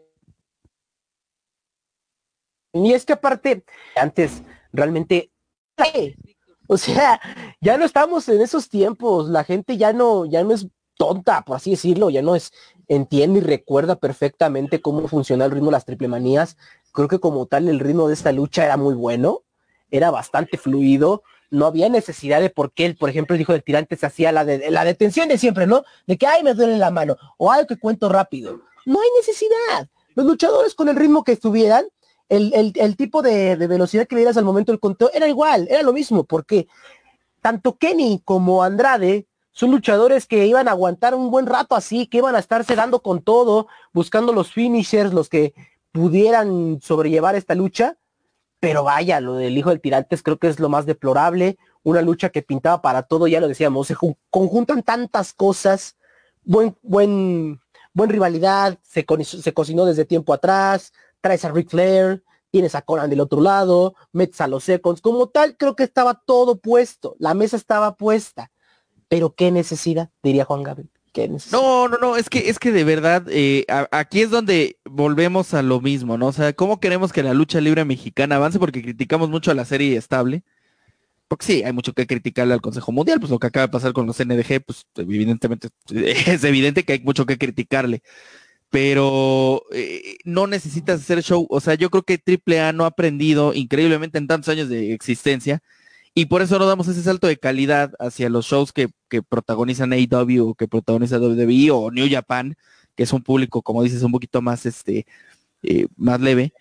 Speaker 5: Y es que aparte, antes realmente, o sea, ya no estamos en esos tiempos, la gente ya no, ya no es tonta, por así decirlo, ya no es, entiende y recuerda perfectamente cómo funciona el ritmo de las triple manías. Creo que como tal el ritmo de esta lucha era muy bueno, era bastante fluido, no había necesidad de por qué, por ejemplo, el hijo del tirante se hacía la, de, la detención de siempre, ¿no? De que, ay, me duele la mano, o ay, que cuento rápido. No hay necesidad. Los luchadores con el ritmo que estuvieran, El, el, el tipo de, de velocidad que le dieras al momento del conteo era igual, era lo mismo, porque tanto Kenny como Andrade son luchadores que iban a aguantar un buen rato así, que iban a estarse dando con todo, buscando los finishers, los que pudieran sobrellevar esta lucha, pero vaya, lo del hijo del tirantes creo que es lo más deplorable, una lucha que pintaba para todo, ya lo decíamos, se conjuntan tantas cosas, buen, buen, buen rivalidad, se, co se cocinó desde tiempo atrás, traes a Ric Flair, tienes a Conan del otro lado, metes a los seconds, como tal, creo que estaba todo puesto, la mesa estaba puesta, pero qué necesidad, diría Juan Gabriel, qué necesidad.
Speaker 4: No, no, no, es que, es que de verdad, eh, a, aquí es donde volvemos a lo mismo, ¿no? O sea, ¿cómo queremos que la lucha libre mexicana avance? Porque criticamos mucho a la serie estable, porque sí, hay mucho que criticarle al Consejo Mundial, pues lo que acaba de pasar con los N D G, pues evidentemente, es evidente que hay mucho que criticarle. Pero eh, no necesitas hacer show, o sea, yo creo que Triple A no ha aprendido increíblemente en tantos años de existencia y por eso no damos ese salto de calidad hacia los shows que, que protagonizan A E W o que protagoniza W W E o New Japan, que es un público, como dices, un poquito más, este, eh, más leve,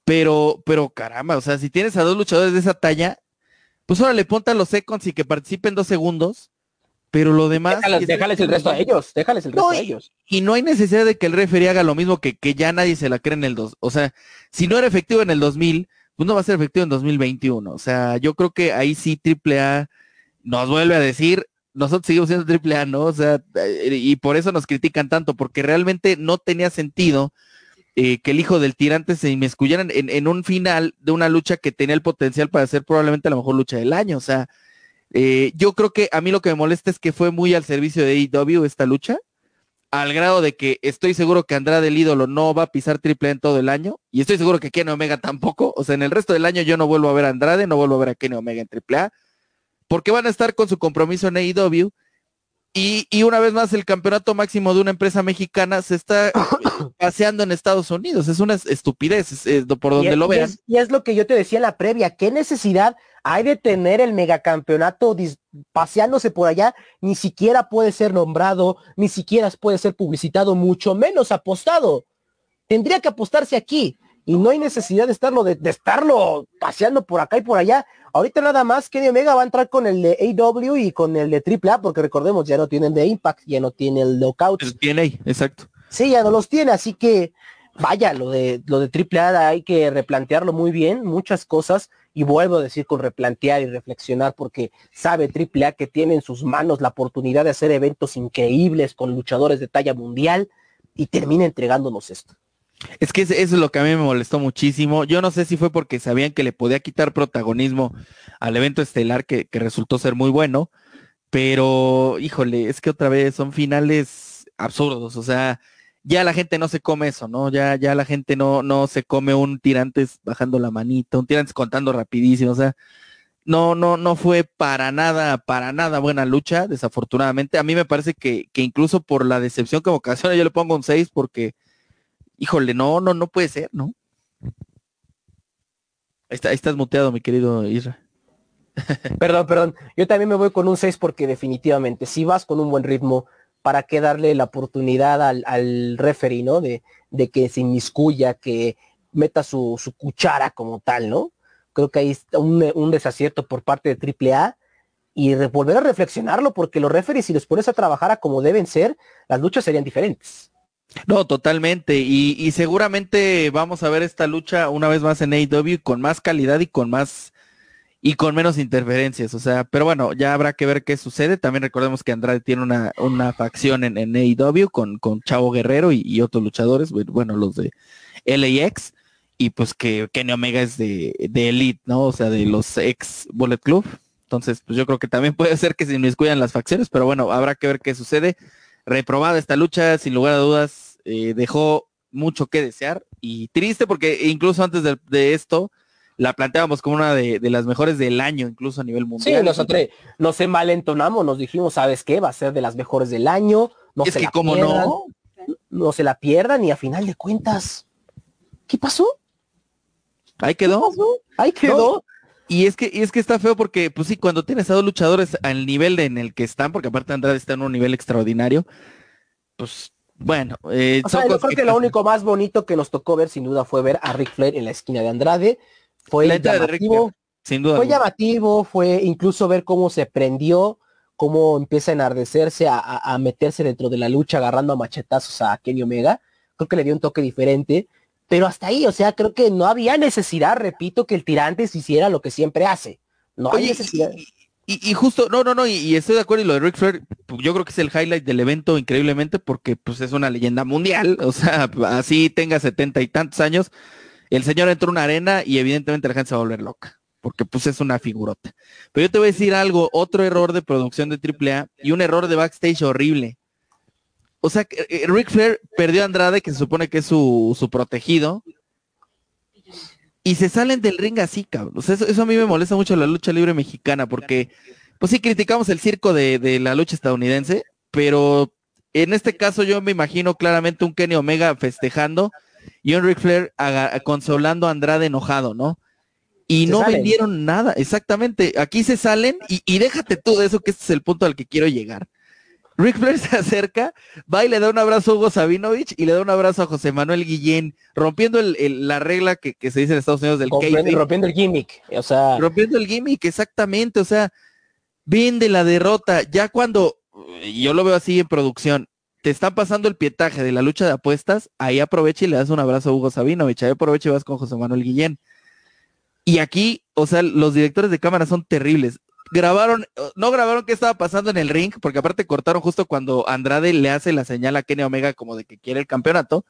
Speaker 4: pero, pero caramba, o sea, si tienes a dos luchadores de esa talla, pues ahora le ponte a los seconds y que participen dos segundos, pero lo demás...
Speaker 5: Déjales, déjales el resto a ellos, déjales el resto
Speaker 4: no,
Speaker 5: a
Speaker 4: y,
Speaker 5: ellos.
Speaker 4: Y no hay necesidad de que el referee haga lo mismo que, que ya nadie se la cree en el dos. O sea, si no era efectivo en el dos mil, pues no va a ser efectivo en dos mil veintiuno. O sea, yo creo que ahí sí Triple A nos vuelve a decir, nosotros seguimos siendo Triple A, ¿no? O sea, y por eso nos critican tanto, porque realmente no tenía sentido eh, que el hijo del tirante se inmiscuyera en, en un final de una lucha que tenía el potencial para ser probablemente la mejor lucha del año. O sea, eh, yo creo que a mí lo que me molesta es que fue muy al servicio de A E W esta lucha, al grado de que estoy seguro que Andrade el ídolo no va a pisar Triple A en todo el año, y estoy seguro que Kenny Omega tampoco. O sea, en el resto del año yo no vuelvo a ver a Andrade, no vuelvo a ver a Kenny Omega en Triple A, porque van a estar con su compromiso en A E W, y, y una vez más el campeonato máximo de una empresa mexicana se está paseando en Estados Unidos. Es una estupidez, es, es, por donde
Speaker 5: y es,
Speaker 4: lo vean.
Speaker 5: Y es, y es lo que yo te decía en la previa, ¿qué necesidad hay de tener el megacampeonato paseándose por allá? Ni siquiera puede ser nombrado, ni siquiera puede ser publicitado, mucho menos apostado. Tendría que apostarse aquí, y no hay necesidad de estarlo, de, de estarlo paseando por acá y por allá. Ahorita nada más Kenny Omega va a entrar con el de A E W y con el de Triple A, porque recordemos, ya no tiene el de Impact, ya no tiene el Knockout.
Speaker 4: El T N A, exacto.
Speaker 5: Sí, ya no los tiene, así que vaya, lo de lo de Triple A hay que replantearlo muy bien, muchas cosas, y vuelvo a decir con replantear y reflexionar, porque sabe Triple A que tiene en sus manos la oportunidad de hacer eventos increíbles con luchadores de talla mundial, y termina entregándonos esto.
Speaker 4: Es que eso es lo que a mí me molestó muchísimo. Yo no sé si fue porque sabían que le podía quitar protagonismo al evento estelar, que, que resultó ser muy bueno, pero híjole, es que otra vez son finales absurdos. O sea, ya la gente no se come eso, ¿no? Ya, ya la gente no, no se come un tirantes bajando la manita, un tirantes contando rapidísimo. O sea, no, no, no fue para nada, para nada buena lucha, desafortunadamente. A mí me parece que, que incluso por la decepción que ocasiona, yo le pongo un seis, porque híjole, no, no, no puede ser, ¿no? Ahí, está, ahí estás muteado, mi querido Isra.
Speaker 5: Perdón, perdón. Yo también me voy con un seis, porque definitivamente, si vas con un buen ritmo, ¿para qué darle la oportunidad al, al referee, ¿no? De, de que se inmiscuya, que meta su, su cuchara como tal, ¿no? Creo que ahí está un, un desacierto por parte de Triple A, y de volver a reflexionarlo, porque los referees, si los pones a trabajar a como deben ser, las luchas serían diferentes.
Speaker 4: No, totalmente, y, y seguramente vamos a ver esta lucha una vez más en A E W con más calidad y con más y con menos interferencias. O sea, pero bueno, ya habrá que ver qué sucede. También recordemos que Andrade tiene una, una facción en, en A E W con, con Chavo Guerrero y, y otros luchadores, bueno, los de L A X, y pues que Kenny Omega es de, de Elite, ¿no? O sea, de los ex Bullet Club. Entonces, pues yo creo que también puede ser que se inmiscuyan las facciones, pero bueno, habrá que ver qué sucede. Reprobada esta lucha, sin lugar a dudas, eh, dejó mucho que desear, y triste porque incluso antes de, de esto la planteábamos como una de, de las mejores del año, incluso a nivel mundial.
Speaker 5: Sí, nosotros nos envalentonamos, nos dijimos, ¿sabes qué? Va a ser de las mejores del año, no
Speaker 4: es
Speaker 5: se
Speaker 4: que
Speaker 5: la
Speaker 4: como
Speaker 5: pierdan,
Speaker 4: no,
Speaker 5: no se la pierdan, y a final de cuentas, ¿qué pasó?
Speaker 4: ahí quedó.
Speaker 5: ¿Qué pasó? Ahí quedó.
Speaker 4: No, y es que y es que está feo porque, pues sí, cuando tienes a dos luchadores al nivel de, en el que están, porque aparte Andrade está en un nivel extraordinario, pues bueno. Eh,
Speaker 5: O sea, yo creo que, que lo único más bonito que nos tocó ver, sin duda, fue ver a Ric Flair en la esquina de Andrade. Fue
Speaker 4: la entrada
Speaker 5: llamativo,
Speaker 4: de Ric Flair, sin duda.
Speaker 5: fue
Speaker 4: alguna.
Speaker 5: llamativo, fue incluso ver cómo se prendió, cómo empieza a enardecerse, a, a, a meterse dentro de la lucha, agarrando a machetazos a Kenny Omega. Creo que le dio un toque diferente, pero hasta ahí, o sea, creo que no había necesidad, repito, que el Tirantes hiciera lo que siempre hace. No hay
Speaker 4: Oye,
Speaker 5: necesidad.
Speaker 4: Y, y, y justo, no, no, no, y, y estoy de acuerdo, y lo de Ric Flair, pues, yo creo que es el highlight del evento increíblemente, porque pues es una leyenda mundial. O sea, así tenga setenta y tantos años, el señor entró a una arena y evidentemente la gente se va a volver loca, porque pues es una figurota. Pero yo te voy a decir algo, otro error de producción de Triple A y un error de backstage horrible. O sea, eh, Ric Flair perdió a Andrade, que se supone que es su, su protegido, y se salen del ring así, cabrón. O sea, eso, eso a mí me molesta mucho la lucha libre mexicana, porque pues sí criticamos el circo de, de la lucha estadounidense, pero en este caso yo me imagino claramente un Kenny Omega festejando y un Ric Flair aga- consolando a Andrade enojado, ¿no? Y
Speaker 5: Se
Speaker 4: no
Speaker 5: salen.
Speaker 4: vendieron nada, exactamente. Aquí se salen y, y déjate tú de eso, que este es el punto al que quiero llegar. Ric Flair se acerca, va y le da un abrazo a Hugo Sabinovich y le da un abrazo a José Manuel Guillén, rompiendo el, el, la regla que, que se dice en Estados Unidos del
Speaker 5: kayfabe. Rompiendo el gimmick, o sea...
Speaker 4: Rompiendo el gimmick, exactamente, o sea, vende la derrota. Ya cuando, yo lo veo así en producción, te están pasando el pietaje de la lucha de apuestas, ahí aprovecha y le das un abrazo a Hugo Sabinovich, ahí aprovecha y vas con José Manuel Guillén. Y aquí, o sea, los directores de cámara son terribles. Grabaron, no grabaron qué estaba pasando en el ring, porque aparte cortaron justo cuando Andrade le hace la señal a Kenny Omega como de que quiere el campeonato,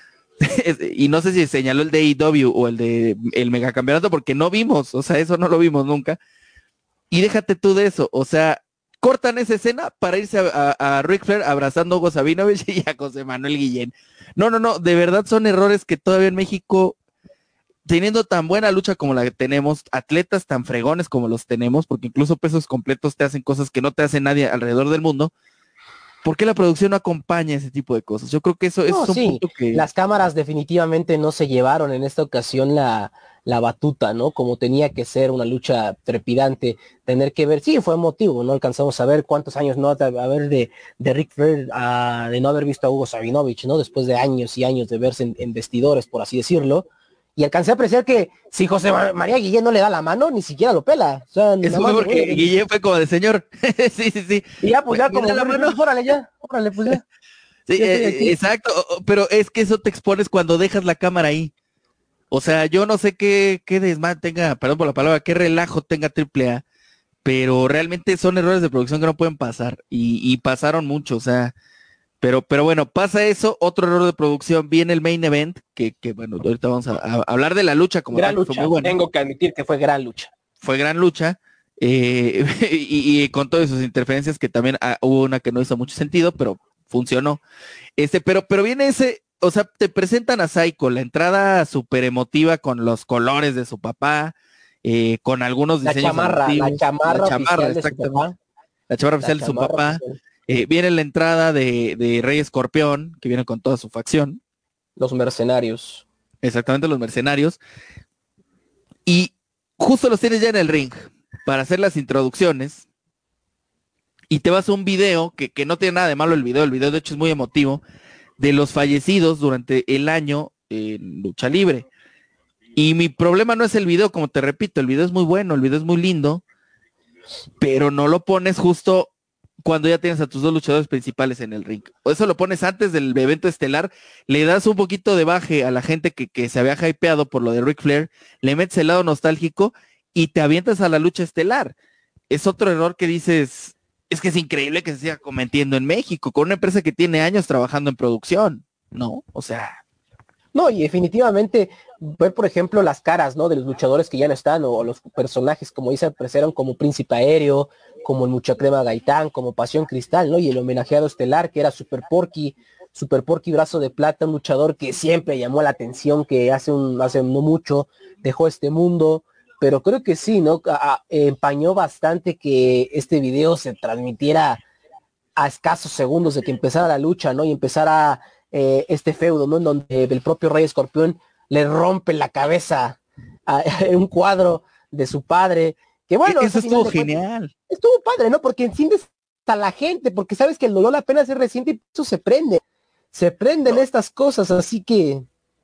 Speaker 4: y no sé si señaló el de A E W o el de el megacampeonato, porque no vimos, o sea, eso no lo vimos nunca, y déjate tú de eso, o sea, cortan esa escena para irse a, a, a Ric Flair abrazando a Hugo Sabinovich y a José Manuel Guillén. No, no, no, de verdad son errores que todavía en México, teniendo tan buena lucha como la que tenemos, atletas tan fregones como los tenemos, porque incluso pesos completos te hacen cosas que no te hace nadie alrededor del mundo, ¿por qué la producción no acompaña ese tipo de cosas? Yo creo que eso,
Speaker 5: no,
Speaker 4: eso es un
Speaker 5: sí.
Speaker 4: punto que...
Speaker 5: Las cámaras definitivamente no se llevaron en esta ocasión la, la batuta, ¿no? Como tenía que ser una lucha trepidante, tener que ver, sí, fue emotivo, no alcanzamos a ver cuántos años no haber de, de Ric Flair, uh, de no haber visto a Hugo Sabinovich, ¿no? Después de años y años de verse en, en vestidores, por así decirlo. Y alcancé a apreciar que si José María Guillén no le da la mano, ni siquiera lo pela. O sea,
Speaker 4: eso fue porque güey, Guillén fue como de señor. sí, sí, sí.
Speaker 5: Y ya, pues ya como la mano, órale ya, órale, pues ya.
Speaker 4: Sí, eh, exacto, pero es que eso te expones cuando dejas la cámara ahí. O sea, yo no sé qué, qué desmán tenga, perdón por la palabra, qué relajo tenga Triple A, pero realmente son errores de producción que no pueden pasar, y, y pasaron mucho, o sea... Pero, pero bueno, pasa eso, otro error de producción, viene el main event, que, que bueno, ahorita vamos a, a hablar de la lucha como
Speaker 5: gran
Speaker 4: tal,
Speaker 5: lucha,
Speaker 4: fue muy buena.
Speaker 5: Tengo que admitir que fue gran lucha.
Speaker 4: Fue gran lucha, eh, y, y con todas sus interferencias, que también ah, hubo una que no hizo mucho sentido, pero funcionó. Este, pero, pero viene ese, o sea, te presentan a Psycho, la entrada súper emotiva con los colores de su papá, eh, con algunos
Speaker 5: la
Speaker 4: diseños
Speaker 5: chamarra, la chamarra, la chamarra,
Speaker 4: oficial de su papá. La chamarra oficial de su papá. Eh, viene la entrada de, de Rey Escorpión, que viene con toda su facción.
Speaker 5: Los mercenarios.
Speaker 4: Exactamente, los mercenarios. Y justo los tienes ya en el ring para hacer las introducciones. Y te vas a un video, que, que no tiene nada de malo el video, el video de hecho es muy emotivo, de los fallecidos durante el año en lucha libre. Y mi problema no es el video, como te repito, el video es muy bueno, el video es muy lindo, pero no lo pones justo cuando ya tienes a tus dos luchadores principales en el ring. O eso lo pones antes del evento estelar, le das un poquito de baje a la gente que, que se había hypeado por lo de Ric Flair, le metes el lado nostálgico y te avientas a la lucha estelar. Es otro error que dices, es que es increíble que se siga cometiendo en México, con una empresa que tiene años trabajando en producción, ¿no? O sea...
Speaker 5: No, y definitivamente ver, por ejemplo, las caras, ¿no? De los luchadores que ya no están, o, o los personajes, como dice, aparecieron como Príncipe Aéreo, como el Mucha Crema Gaitán, como Pasión Cristal, ¿no? Y el homenajeado estelar, que era Super Porky, Super Porky Brazo de Plata, un luchador que siempre llamó la atención, que hace, un, hace no mucho dejó este mundo, pero creo que sí, ¿no? A, a, empañó bastante que este video se transmitiera a escasos segundos de que empezara la lucha, ¿no? Y empezara... Eh, este feudo, ¿no? En donde el propio Rey Escorpión le rompe la cabeza a, a un cuadro de su padre, que bueno,
Speaker 4: eso estuvo genial.
Speaker 5: Cuentas, estuvo padre, ¿no? Porque enciendes a la gente, porque sabes que el dolor apenas es reciente y eso se prende, se prenden no. estas cosas, así que...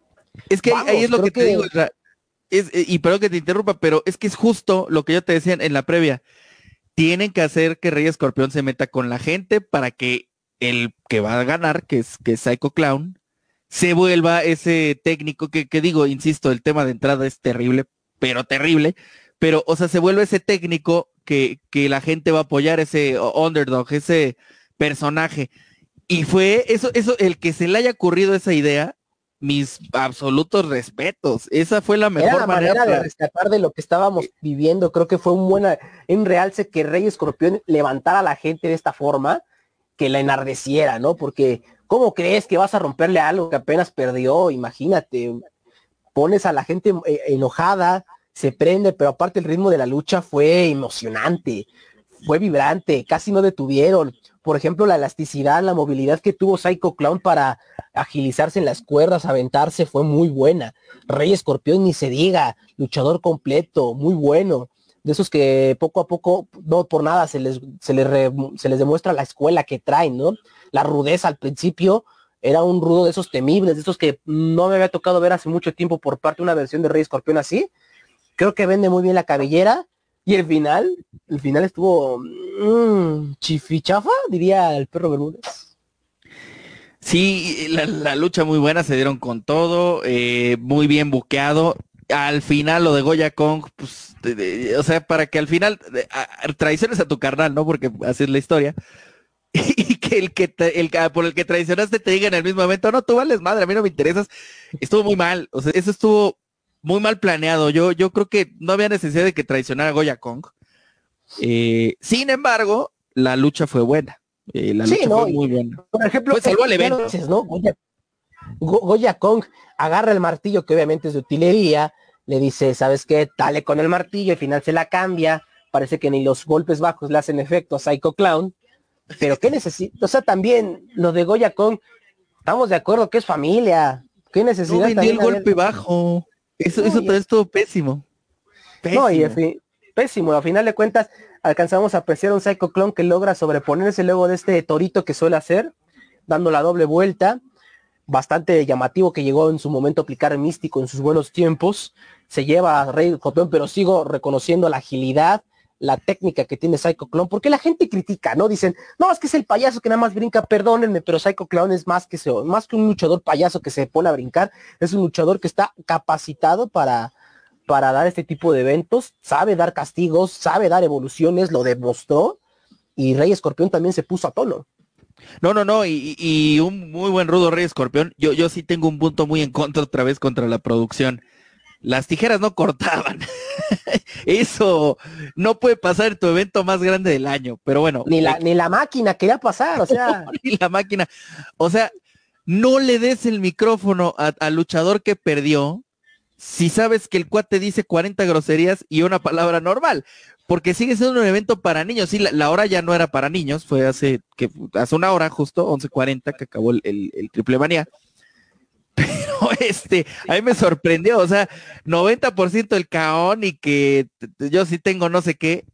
Speaker 4: Es que vamos, ahí es lo que te que... digo, es, y perdón que te interrumpa, pero es que es justo lo que yo te decía en la previa, tienen que hacer que Rey Escorpión se meta con la gente para que el que va a ganar, que es, que es Psycho Clown, se vuelva ese técnico que, que digo, insisto, el tema de entrada es terrible, pero terrible, pero, o sea, se vuelve ese técnico que, que la gente va a apoyar, ese underdog, ese personaje. Y fue eso, eso, el que se le haya ocurrido esa idea, mis absolutos respetos. Esa fue la mejor
Speaker 5: Era la manera,
Speaker 4: manera
Speaker 5: de rescatar de lo que estábamos viviendo. Creo que fue un buena, un realce que Rey Escorpión levantara a la gente de esta forma, que la enardeciera, ¿no? Porque, ¿cómo crees que vas a romperle algo que apenas perdió? Imagínate, pones a la gente enojada, se prende, pero aparte el ritmo de la lucha fue emocionante, fue vibrante, casi no detuvieron. Por ejemplo, la elasticidad, la movilidad que tuvo Psycho Clown para agilizarse en las cuerdas, aventarse, fue muy buena. Rey Escorpión ni se diga, luchador completo, muy bueno. de esos que poco a poco, no por nada, se les, se les, re, se les demuestra la escuela que traen, ¿no? La rudeza al principio, era un rudo de esos temibles, de esos que no me había tocado ver hace mucho tiempo por parte de una versión de Rey Escorpión así. Creo que vende muy bien la cabellera, y el final, el final estuvo mmm, chifichafa, diría el perro Bermúdez.
Speaker 4: Sí, la, la lucha muy buena, se dieron con todo, eh, muy bien buqueado. Al final lo de Goya Kong, pues, de, de, o sea, para que al final de, a, traiciones a tu carnal, ¿no? Porque así es la historia. Y que el que te, el por el que traicionaste te diga en el mismo momento, no, tú vales madre, a mí no me interesas. Estuvo muy mal, o sea, eso estuvo muy mal planeado. Yo, yo creo que no había necesidad de que traicionara a Goya Kong. Eh, sin embargo, la lucha fue buena. Eh, la
Speaker 5: sí,
Speaker 4: lucha
Speaker 5: no,
Speaker 4: fue muy buena.
Speaker 5: Por ejemplo,
Speaker 4: pues salvó el evento.
Speaker 5: Dices, ¿no? Goya, Go, Goya Kong agarra el martillo, que obviamente es de utilería, le dice, ¿sabes qué? Dale con el martillo, al final se la cambia, parece que ni los golpes bajos le hacen efecto a Psycho Clown, pero ¿qué necesita? O sea, también lo de Goya Kong, estamos de acuerdo que es familia, ¿qué necesidad?
Speaker 4: No vendió el
Speaker 5: había...
Speaker 4: golpe bajo, eso, no, eso ya... es todo pésimo.
Speaker 5: Pésimo. No, y fin, pésimo, a final de cuentas alcanzamos a apreciar un Psycho Clown que logra sobreponerse luego de este torito que suele hacer, dando la doble vuelta, bastante llamativo, que llegó en su momento a aplicar místico en sus buenos tiempos, se lleva a Rey Escorpión, pero sigo reconociendo la agilidad, la técnica que tiene Psycho Clown, porque la gente critica, ¿no? Dicen, no, es que es el payaso que nada más brinca, perdónenme, pero Psycho Clown es más que, se, más que un luchador payaso que se pone a brincar, es un luchador que está capacitado para, para dar este tipo de eventos, sabe dar castigos, sabe dar evoluciones, lo demostró, y Rey Escorpión también se puso a tono.
Speaker 4: No, no, no, y, y un muy buen rudo Rey Escorpión. Yo, yo sí tengo un punto muy en contra otra vez contra la producción. Las tijeras no cortaban. Eso no puede pasar en tu evento más grande del año, pero bueno.
Speaker 5: Ni la, eh, ni la máquina quería pasar, o sea.
Speaker 4: No, ni la máquina. O sea, no le des el micrófono al luchador que perdió si sabes que el cuate dice cuarenta groserías y una palabra normal. Porque sigue siendo un evento para niños. Sí, la, la hora ya no era para niños, fue hace que hace una hora justo, once cuarenta, que acabó el, el, el Triple Manía. Pero este, a mí me sorprendió, o sea, noventa por ciento del caón y que yo sí tengo no sé qué.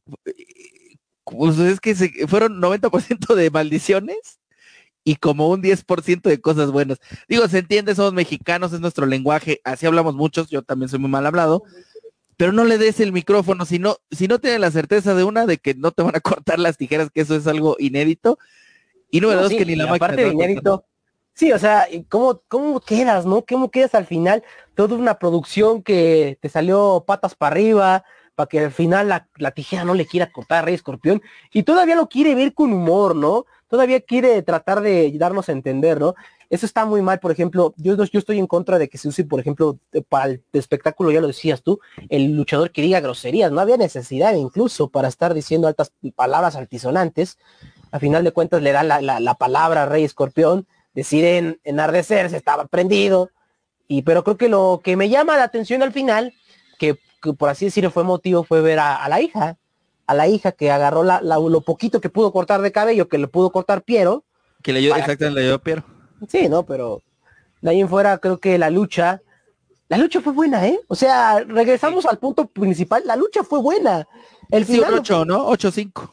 Speaker 4: Pues es que se, fueron noventa por ciento de maldiciones y como un diez por ciento de cosas buenas. Digo, se entiende, somos mexicanos, es nuestro lenguaje, así hablamos muchos, yo también soy muy mal hablado. Pero no le des el micrófono, si no, si no tienes la certeza de una, de que no te van a cortar las tijeras, que eso es algo inédito, y número no, dos, sí, que ni la máquina.
Speaker 5: Aparte de inédito, sí, o sea, ¿cómo, cómo quedas, no? ¿Cómo quedas al final? Toda una producción que te salió patas para arriba, para que al final la, la tijera no le quiera cortar a Rey Escorpión, y todavía lo quiere ver con humor, ¿no? Todavía quiere tratar de darnos a entender, ¿no? Eso está muy mal, por ejemplo, yo, yo estoy en contra de que se use, por ejemplo, para el espectáculo, ya lo decías tú, el luchador que diga groserías, no había necesidad incluso para estar diciendo altas palabras altisonantes, a final de cuentas le da la, la, la palabra a Rey Escorpión, decide enardecerse, estaba prendido, y pero creo que lo que me llama la atención al final, que, que por así decirlo fue motivo, fue ver a, a la hija, a la hija que agarró la, la, lo poquito que pudo cortar de cabello, que le pudo cortar Piero.
Speaker 4: Que le dio, exactamente, le dio Piero.
Speaker 5: Sí, no, pero de ahí en fuera creo que la lucha, la lucha fue buena, ¿eh? O sea, regresamos sí. al punto principal, la lucha fue buena. El
Speaker 4: sí, final, ocho, ¿no? ocho cinco.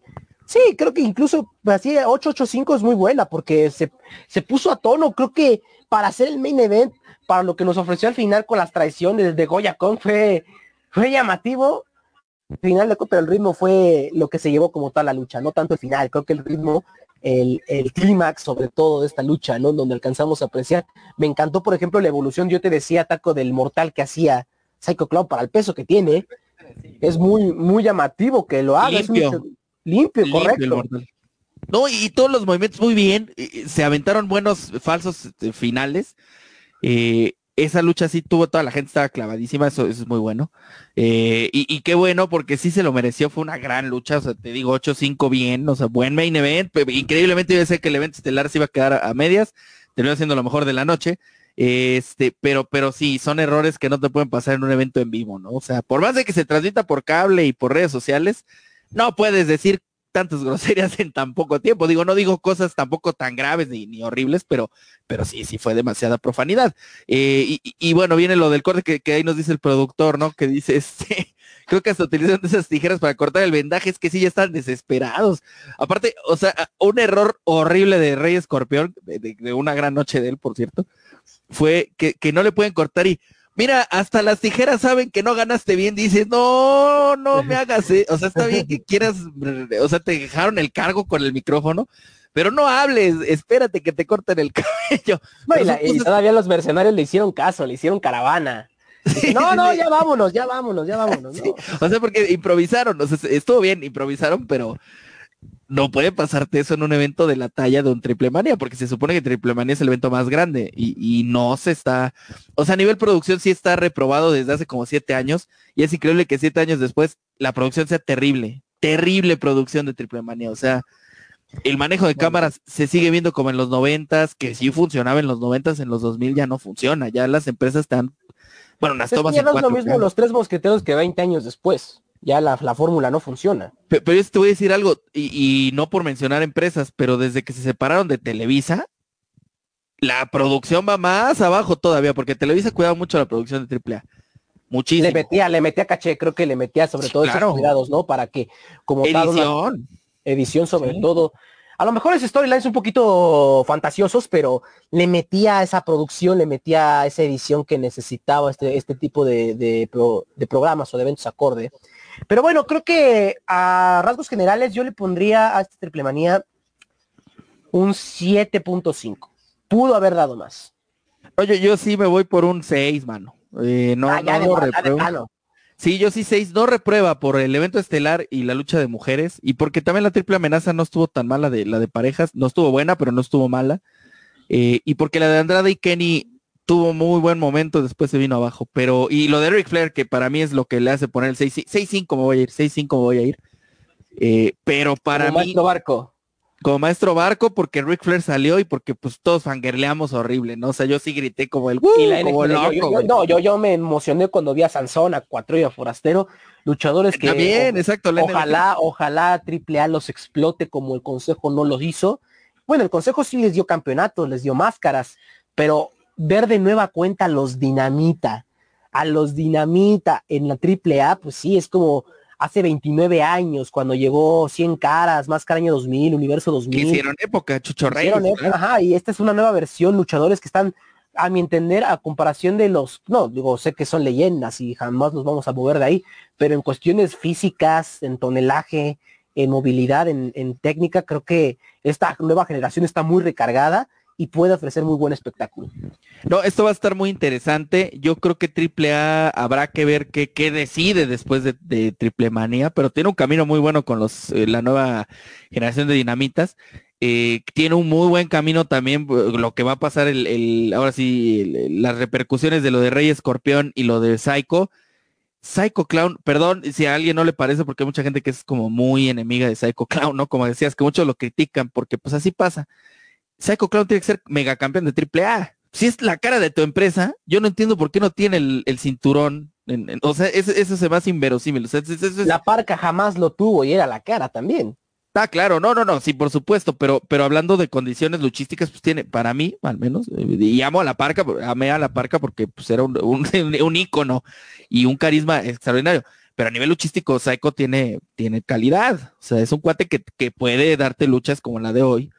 Speaker 5: Sí, creo que incluso así ocho ocho cinco es muy buena porque se, se puso a tono, creo que para hacer el main event, para lo que nos ofreció al final con las traiciones de Goya Kong fue, fue llamativo. Al final de cuentas el ritmo fue lo que se llevó como tal la lucha, no tanto el final, creo que el ritmo, el, el clímax sobre todo de esta lucha, ¿no? Donde alcanzamos a apreciar. Me encantó, por ejemplo, la evolución, yo te decía, Taco, del mortal que hacía Psycho Clown para el peso que tiene. Es muy, muy llamativo que lo haga.
Speaker 4: Limpio.
Speaker 5: Es un, limpio, limpio, correcto.
Speaker 4: No, y todos los movimientos muy bien, se aventaron buenos falsos finales. Eh, esa lucha sí tuvo, toda la gente estaba clavadísima, eso, eso es muy bueno. Eh, y, y qué bueno, porque sí se lo mereció, fue una gran lucha, o sea, te digo, ocho cinco bien, o sea, buen main event, increíblemente yo sé que el evento estelar se iba a quedar a, a medias, terminó siendo lo mejor de la noche, este, pero, pero sí, son errores que no te pueden pasar en un evento en vivo, ¿no? O sea, por más de que se transmita por cable y por redes sociales, no puedes decir tantas groserías en tan poco tiempo. Digo, no digo cosas tampoco tan graves ni, ni horribles, pero, pero sí, sí fue demasiada profanidad. Eh, y, y, y bueno, viene lo del corte que, que ahí nos dice el productor, ¿no? Que dice, este, creo que hasta utilizan esas tijeras para cortar el vendaje, es que sí, ya están desesperados. Aparte, o sea, un error horrible de Rey Escorpión, de, de, de una gran noche de él, por cierto, fue que, que no le pueden cortar y mira, hasta las tijeras saben que no ganaste bien, dices, no, no me hagas, eh. O sea, está bien que quieras, o sea, te dejaron el cargo con el micrófono, pero no hables, espérate que te corten el cabello.
Speaker 5: No, y, la, y cosas... todavía los mercenarios le hicieron caso, le hicieron caravana. Sí, no, no, ya vámonos, ya vámonos, ya vámonos. No.
Speaker 4: Sí, o sea, porque improvisaron, o sea, estuvo bien, improvisaron, pero no puede pasarte eso en un evento de la talla de un Triple Manía, porque se supone que Triple Manía es el evento más grande y, y no se está, o sea, a nivel producción sí está reprobado desde hace como siete años y es increíble que siete años después la producción sea terrible, terrible producción de Triple Manía, o sea, el manejo de bueno, cámaras se sigue viendo como en los noventas, que sí funcionaba en los noventas, en los dos mil ya no funciona, ya las empresas están, bueno, las tomas en
Speaker 5: cuatro K. Es lo mismo los tres mosqueteros que veinte años después. Ya la, la fórmula no funciona.
Speaker 4: Pero, pero yo te voy a decir algo, y, y no por mencionar empresas, pero desde que se separaron de Televisa, la producción va más abajo todavía, porque Televisa cuidaba mucho la producción de Triple A. Muchísimo.
Speaker 5: Le metía, le metía caché, creo que le metía sobre todo claro. esos cuidados, ¿no? Para que, como
Speaker 4: edición.
Speaker 5: tal, una edición sobre sí. todo. A lo mejor es storylines un poquito fantasiosos, pero le metía esa producción, le metía esa edición que necesitaba este, este tipo de, de, pro, de programas o de eventos acorde. Pero bueno, creo que a rasgos generales yo le pondría a esta Triple Manía un siete punto cinco. Pudo haber dado más.
Speaker 4: Oye, yo sí me voy por un seis, mano. Eh, no,
Speaker 5: ah,
Speaker 4: no,
Speaker 5: de
Speaker 4: no
Speaker 5: repruebo.
Speaker 4: Sí, yo sí seis, no reprueba por el evento estelar y la lucha de mujeres, y porque también la Triple Amenaza no estuvo tan mala, de la de parejas, no estuvo buena, pero no estuvo mala, eh, y porque la de Andrade y Kenny tuvo muy buen momento, después se vino abajo, pero, y lo de Ric Flair, que para mí es lo que le hace poner el seis cinco me voy a ir, seis cinco me voy a ir, eh, pero para
Speaker 5: Como
Speaker 4: mí...
Speaker 5: Maestro Barco.
Speaker 4: Como Maestro Barco, porque Ric Flair salió y porque pues todos fangirleamos horrible, ¿no? O sea, yo sí grité como el
Speaker 5: y la
Speaker 4: como
Speaker 5: N X T,
Speaker 4: loco.
Speaker 5: Yo, yo, no, yo, yo me emocioné cuando vi a Sansón, a Cuatrilla Forastero, luchadores que
Speaker 4: También, o, exacto, la
Speaker 5: ojalá, N X T. ojalá Triple A los explote como el Consejo no los hizo. Bueno, el Consejo sí les dio campeonatos, les dio máscaras, pero ver de nueva cuenta a los Dinamita, a los Dinamita en la Triple A, pues sí, es como hace veintinueve años, cuando llegó cien caras, Máscara año dos mil, Universo dos mil.
Speaker 4: Hicieron época, Chucho Reyes.
Speaker 5: Hicieron época, ajá, y esta es una nueva versión, luchadores que están, a mi entender, a comparación de los, no, digo, sé que son leyendas y jamás nos vamos a mover de ahí, pero en cuestiones físicas, en tonelaje, en movilidad, en, en técnica, creo que esta nueva generación está muy recargada y puede ofrecer muy buen espectáculo.
Speaker 4: No, esto va a estar muy interesante. Yo creo que Triple A habrá que ver qué, qué decide después de, de Triple Manía, pero tiene un camino muy bueno con los eh, la nueva generación de dinamitas. Eh, tiene un muy buen camino también lo que va a pasar el, el ahora sí, el, las repercusiones de lo de Rey Escorpión y lo de Psycho. Psycho Clown, perdón si a alguien no le parece, porque hay mucha gente que es como muy enemiga de Psycho Clown, ¿no? Como decías, que muchos lo critican, porque pues así pasa. Psycho Clown tiene que ser megacampeón de Triple A. Si es la cara de tu empresa, yo no entiendo por qué no tiene el, el cinturón. En, en, o sea, eso, eso se va a inverosímil. O sea, eso, eso es...
Speaker 5: La Parca jamás lo tuvo y era la cara también.
Speaker 4: Ah, claro, no, no, no, sí, por supuesto, pero, pero hablando de condiciones luchísticas, pues tiene, para mí, al menos, y amo a la Parca, amé a la Parca porque pues era un, un, un ícono y un carisma extraordinario. Pero a nivel luchístico, Psycho tiene, tiene calidad. O sea, es un cuate que, que puede darte luchas como la de hoy.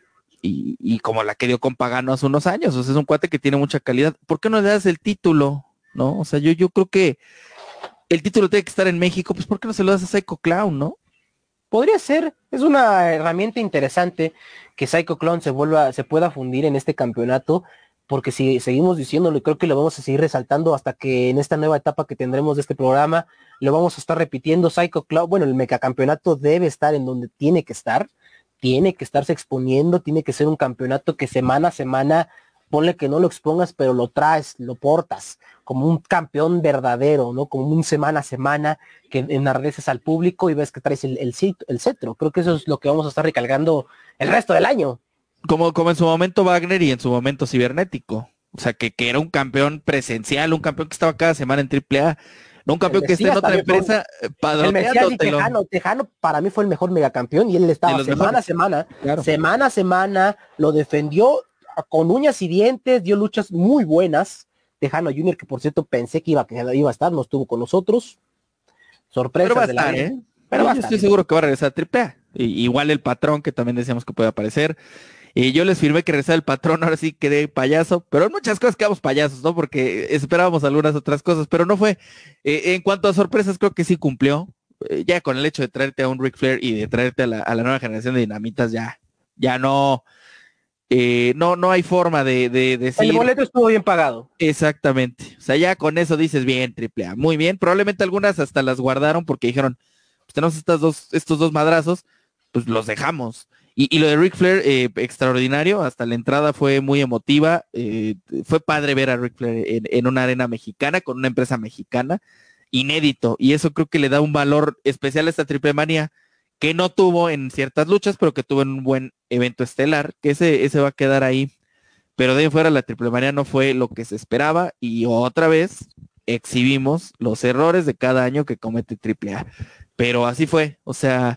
Speaker 4: Y, y como la que dio con Pagano hace unos años, o sea, es un cuate que tiene mucha calidad. ¿Por qué no le das el título? ¿No? O sea, yo, yo creo que el título tiene que estar en México, pues ¿por qué no se lo das a Psycho Clown, no?
Speaker 5: Podría ser, es una herramienta interesante que Psycho Clown se vuelva, se pueda fundir en este campeonato, porque si seguimos diciéndolo, y creo que lo vamos a seguir resaltando hasta que en esta nueva etapa que tendremos de este programa, lo vamos a estar repitiendo. Psycho Clown, bueno, el megacampeonato debe estar en donde tiene que estar, tiene que estarse exponiendo, tiene que ser un campeonato que semana a semana, ponle que no lo expongas, pero lo traes, lo portas, como un campeón verdadero, ¿no? Como un semana a semana que enardeces al público y ves que traes el, el, el cetro. Creo que eso es lo que vamos a estar recalcando el resto del año.
Speaker 4: Como, como en su momento Wagner y en su momento Cibernético. O sea, que, que era un campeón presencial, un campeón que estaba cada semana en Triple A. No un campeón que esté en otra empresa
Speaker 5: padroneándotelo. Tejano, Tejano para mí fue el mejor megacampeón y él estaba semana mejores. a semana, claro. semana a semana, lo defendió con uñas y dientes, dio luchas muy buenas. Tejano junior, que por cierto pensé que iba, que iba a estar, no estuvo con nosotros. Sorpresa.
Speaker 4: Pero va a estar, ¿eh? Pero yo estoy seguro que va a regresar a Triple A. Y, igual el patrón, que también decíamos que puede aparecer. Y yo les firmé que regresara el patrón, ahora sí quedé payaso, pero en muchas cosas quedamos payasos, ¿no? Porque esperábamos algunas otras cosas, pero no fue. Eh, en cuanto a sorpresas, creo que sí cumplió. Eh, ya con el hecho de traerte a un Ric Flair y de traerte a la, a la nueva generación de dinamitas, ya, ya no, eh, no, no hay forma de, de decir.
Speaker 5: El boleto estuvo bien pagado.
Speaker 4: Exactamente. O sea, ya con eso dices bien, Triple A, muy bien. Probablemente algunas hasta las guardaron porque dijeron, pues tenemos estas dos, estos dos madrazos, pues los dejamos. Y, y lo de Ric Flair, eh, extraordinario, hasta la entrada fue muy emotiva, eh, fue padre ver a Ric Flair en, en una arena mexicana, con una empresa mexicana, inédito, y eso creo que le da un valor especial a esta Triple Manía, que no tuvo en ciertas luchas, pero que tuvo en un buen evento estelar, que ese, ese va a quedar ahí, pero de ahí en fuera la Triple Manía no fue lo que se esperaba, y otra vez exhibimos los errores de cada año que comete Triple A, pero así fue, o sea,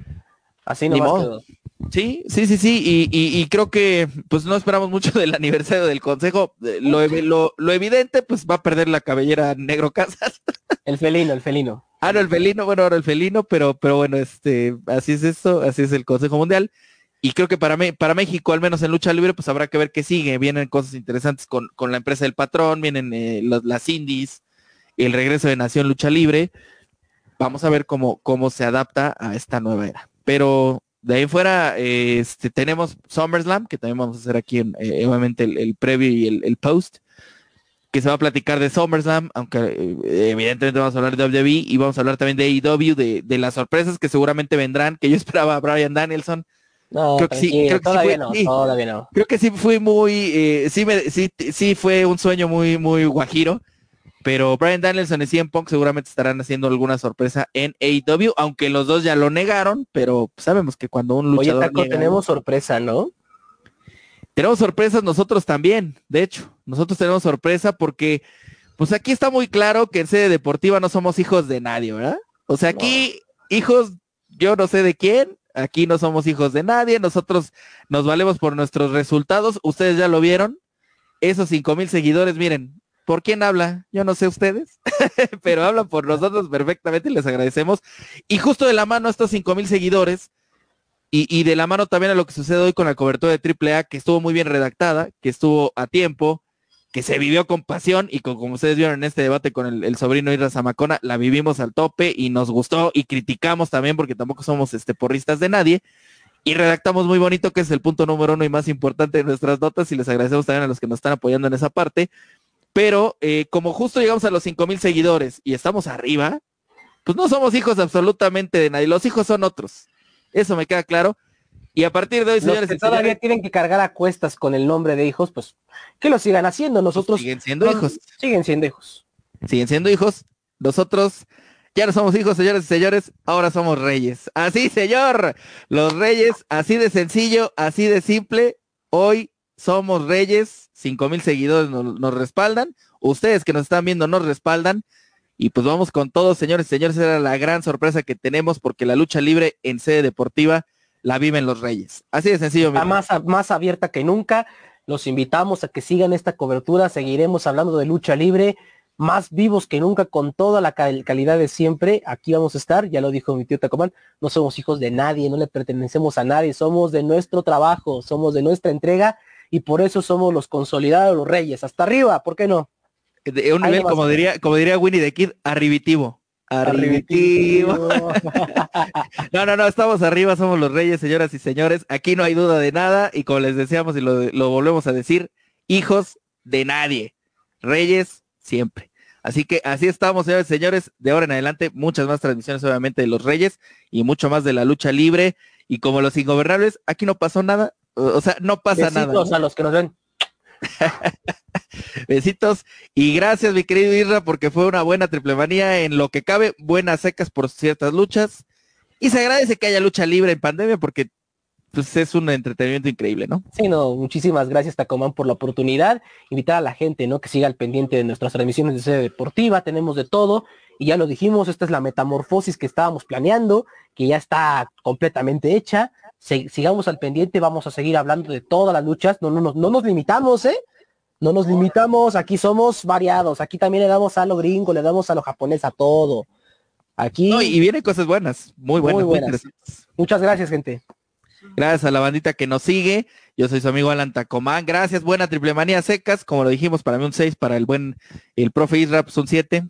Speaker 5: así no quedó.
Speaker 4: Sí, sí, sí, sí, y, y, y creo que pues no esperamos mucho del aniversario del consejo, lo, lo, lo evidente pues va a perder la cabellera Negro Casas.
Speaker 5: El felino, el felino.
Speaker 4: Ah, no, el felino, bueno, ahora el felino, pero, pero bueno, este, así es esto, así es el Consejo Mundial, y creo que para, me, para México, al menos en lucha libre, pues habrá que ver qué sigue, vienen cosas interesantes con, con la empresa del patrón, vienen eh, los, las indies, el regreso de Nación Lucha Libre, vamos a ver cómo, cómo se adapta a esta nueva era, pero... De ahí fuera, eh, este, tenemos SummerSlam, que también vamos a hacer aquí, en, eh, obviamente, el, el preview y el, el post, que se va a platicar de SummerSlam, aunque eh, evidentemente vamos a hablar de W W E y vamos a hablar también de A E W, de, de las sorpresas que seguramente vendrán, que yo esperaba a Bryan Danielson.
Speaker 5: No, creo que sí, creo que todavía, sí fue, no, sí, todavía no.
Speaker 4: Creo que sí fui muy, eh, sí, me, sí, sí fue un sueño muy, muy guajiro. Pero Bryan Danielson y C M Punk seguramente estarán haciendo alguna sorpresa en A E W, aunque los dos ya lo negaron, pero sabemos que cuando un luchador...
Speaker 5: Oye, Taco, niega, tenemos sorpresa, ¿no?
Speaker 4: Tenemos sorpresas nosotros también, de hecho, nosotros tenemos sorpresa porque, pues aquí está muy claro que en sede deportiva no somos hijos de nadie, ¿verdad? O sea, aquí, no. hijos, yo no sé de quién, aquí no somos hijos de nadie, nosotros nos valemos por nuestros resultados, ustedes ya lo vieron, esos cinco mil seguidores, miren, ¿por quién habla? Yo no sé ustedes, pero hablan por nosotros perfectamente y les agradecemos. Y justo de la mano a estos cinco mil seguidores y, y de la mano también a lo que sucede hoy con la cobertura de Triple A, que estuvo muy bien redactada, que estuvo a tiempo, que se vivió con pasión y con, como ustedes vieron en este debate con el, el sobrino Ira Zamacona, la vivimos al tope y nos gustó y criticamos también porque tampoco somos este porristas de nadie. Y redactamos muy bonito, que es el punto número uno y más importante de nuestras notas, y les agradecemos también a los que nos están apoyando en esa parte. Pero eh, como justo llegamos a los cinco mil seguidores y estamos arriba, pues no somos hijos absolutamente de nadie, los hijos son otros, eso me queda claro, y a partir de hoy,
Speaker 5: los
Speaker 4: señores,
Speaker 5: que todavía
Speaker 4: señores,
Speaker 5: tienen que cargar a cuestas con el nombre de hijos, pues que lo sigan haciendo, nosotros
Speaker 4: pues siguen siendo
Speaker 5: no,
Speaker 4: hijos,
Speaker 5: siguen siendo hijos,
Speaker 4: siguen siendo hijos, nosotros ya no somos hijos, señores y señores, ahora somos reyes, así señor, los reyes, así de sencillo, así de simple, hoy somos reyes, cinco mil seguidores nos, nos respaldan, ustedes que nos están viendo nos respaldan, y pues vamos con todo, señores y señores, era la gran sorpresa que tenemos, porque la lucha libre en sede deportiva la viven los reyes, así de sencillo.
Speaker 5: Está más, más abierta que nunca, los invitamos a que sigan esta cobertura, seguiremos hablando de lucha libre, más vivos que nunca, con toda la cal calidad de siempre, aquí vamos a estar, ya lo dijo mi tío Tacomán, no somos hijos de nadie, no le pertenecemos a nadie, somos de nuestro trabajo, somos de nuestra entrega, y por eso somos los consolidados, los reyes, hasta arriba, ¿por qué no?
Speaker 4: De un nivel, como diría, como diría Winnie the Kid, arribitivo. Arribitivo. arribitivo. No, no, no, estamos arriba, somos los reyes, señoras y señores, aquí no hay duda de nada, y como les decíamos y lo, lo volvemos a decir, hijos de nadie, reyes siempre. Así que así estamos, señores y señores, de ahora en adelante, muchas más transmisiones obviamente de los reyes, y mucho más de la lucha libre, y como los ingobernables, aquí no pasó nada. O sea, no pasa
Speaker 5: Besitos
Speaker 4: nada.
Speaker 5: Besitos a los que nos ven.
Speaker 4: Besitos. Y gracias, mi querido Isra, porque fue una buena triple manía en lo que cabe. Buenas secas por ciertas luchas. Y se agradece que haya lucha libre en pandemia porque pues, es un entretenimiento increíble, ¿no?
Speaker 5: Sí, no, muchísimas gracias, Tacomán, por la oportunidad. Invitar a la gente, ¿no? Que siga al pendiente de nuestras transmisiones de sede deportiva. Tenemos de todo. y ya lo dijimos, esta es la metamorfosis que estábamos planeando, que ya está completamente hecha. Se, sigamos al pendiente, vamos a seguir hablando de todas las luchas, no, no, no, no nos limitamos, ¿eh? No nos limitamos, aquí somos variados, aquí también le damos a lo gringo, le damos a lo japonés, a todo. Aquí...
Speaker 4: No, y vienen cosas buenas, muy buenas,
Speaker 5: muy buenas. Muy Muchas gracias, gente.
Speaker 4: Gracias a la bandita que nos sigue. Yo soy su amigo Alan Tacomán. Gracias, buena triple manía secas. Como lo dijimos, para mí un seis, para el buen, el profe Isra, pues un siete.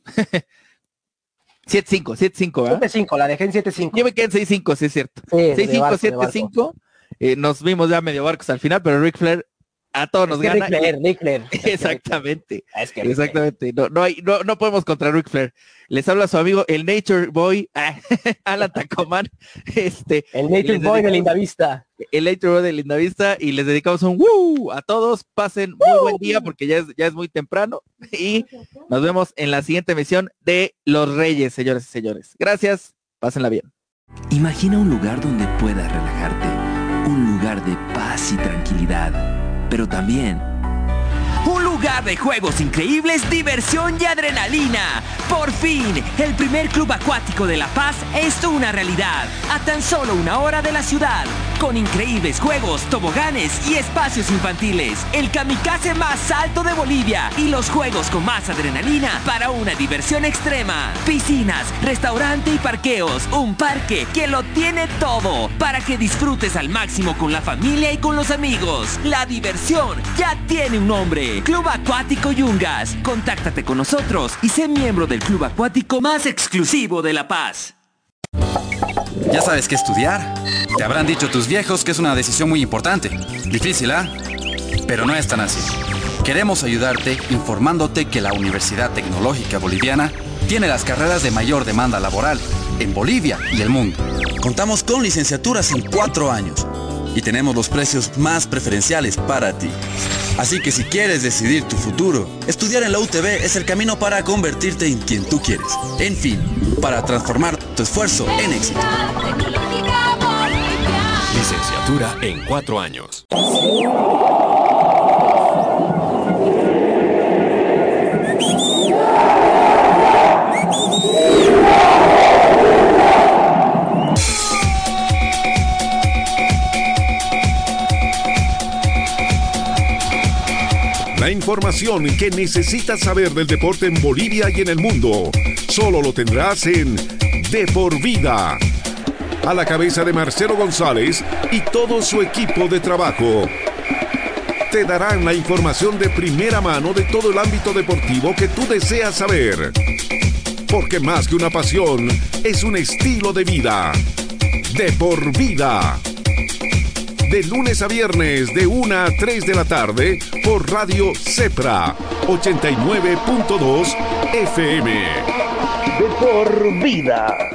Speaker 4: siete cinco, siete cinco, ¿verdad?
Speaker 5: siete cinco, la dejé en siete cinco.
Speaker 4: Yo me quedé en seis cinco, sí es cierto.
Speaker 5: Sí,
Speaker 4: seis cinco, siete cinco. Eh, nos vimos ya medio barcos al final, pero Ric Flair a todos nos
Speaker 5: es que
Speaker 4: gana.
Speaker 5: Ric Flair, Ric Flair.
Speaker 4: Exactamente.
Speaker 5: Es que
Speaker 4: Exactamente. No, no, hay, no, no podemos contra Ric Flair. Les habla su amigo el Nature Boy, Alan Tacomán. Este,
Speaker 5: el Nature Boy de Lindavista.
Speaker 4: El Nature Boy de Lindavista, y les dedicamos un ¡woo! A todos. Pasen muy ¡woo! Buen día porque ya es, ya es muy temprano. Y nos vemos en la siguiente emisión de Los Reyes, señores y señores. Gracias. Pásenla bien.
Speaker 6: Imagina un lugar donde puedas relajarte. Un lugar de paz y tranquilidad. Pero también un lugar de juegos increíbles, diversión y adrenalina. Por fin, el primer club acuático de La Paz es una realidad, a tan solo una hora de la ciudad, con increíbles juegos, toboganes y espacios infantiles, el kamikaze más alto de Bolivia y los juegos con más adrenalina para una diversión extrema. Piscinas, restaurante y parqueos, un parque que lo tiene todo para que disfrutes al máximo con la familia y con los amigos. La diversión ya tiene un nombre. Club Acuático Yungas. Contáctate con nosotros y sé miembro del club acuático más exclusivo de La Paz.
Speaker 7: ¿Ya sabes qué estudiar? Te habrán dicho tus viejos que es una decisión muy importante. Difícil, ¿ah? ¿eh? Pero no es tan así. Queremos ayudarte informándote que la Universidad Tecnológica Boliviana tiene las carreras de mayor demanda laboral en Bolivia y el mundo.
Speaker 8: Contamos con licenciaturas en cuatro años y tenemos los precios más preferenciales para ti. Así que si quieres decidir tu futuro, estudiar en la U T B es el camino para convertirte en quien tú quieres. En fin, para transformar tu esfuerzo en éxito.
Speaker 9: Licenciatura en cuatro años.
Speaker 3: La información que necesitas saber del deporte en Bolivia y en el mundo, solo lo tendrás en De Por Vida. A la cabeza de Marcelo González y todo su equipo de trabajo. Te darán la información de primera mano de todo el ámbito deportivo que tú deseas saber. Porque más que una pasión, es un estilo de vida. De Por Vida. De lunes a viernes, de una a tres de la tarde, por Radio Cepra, ochenta y nueve punto dos F M.
Speaker 10: De Por Vida.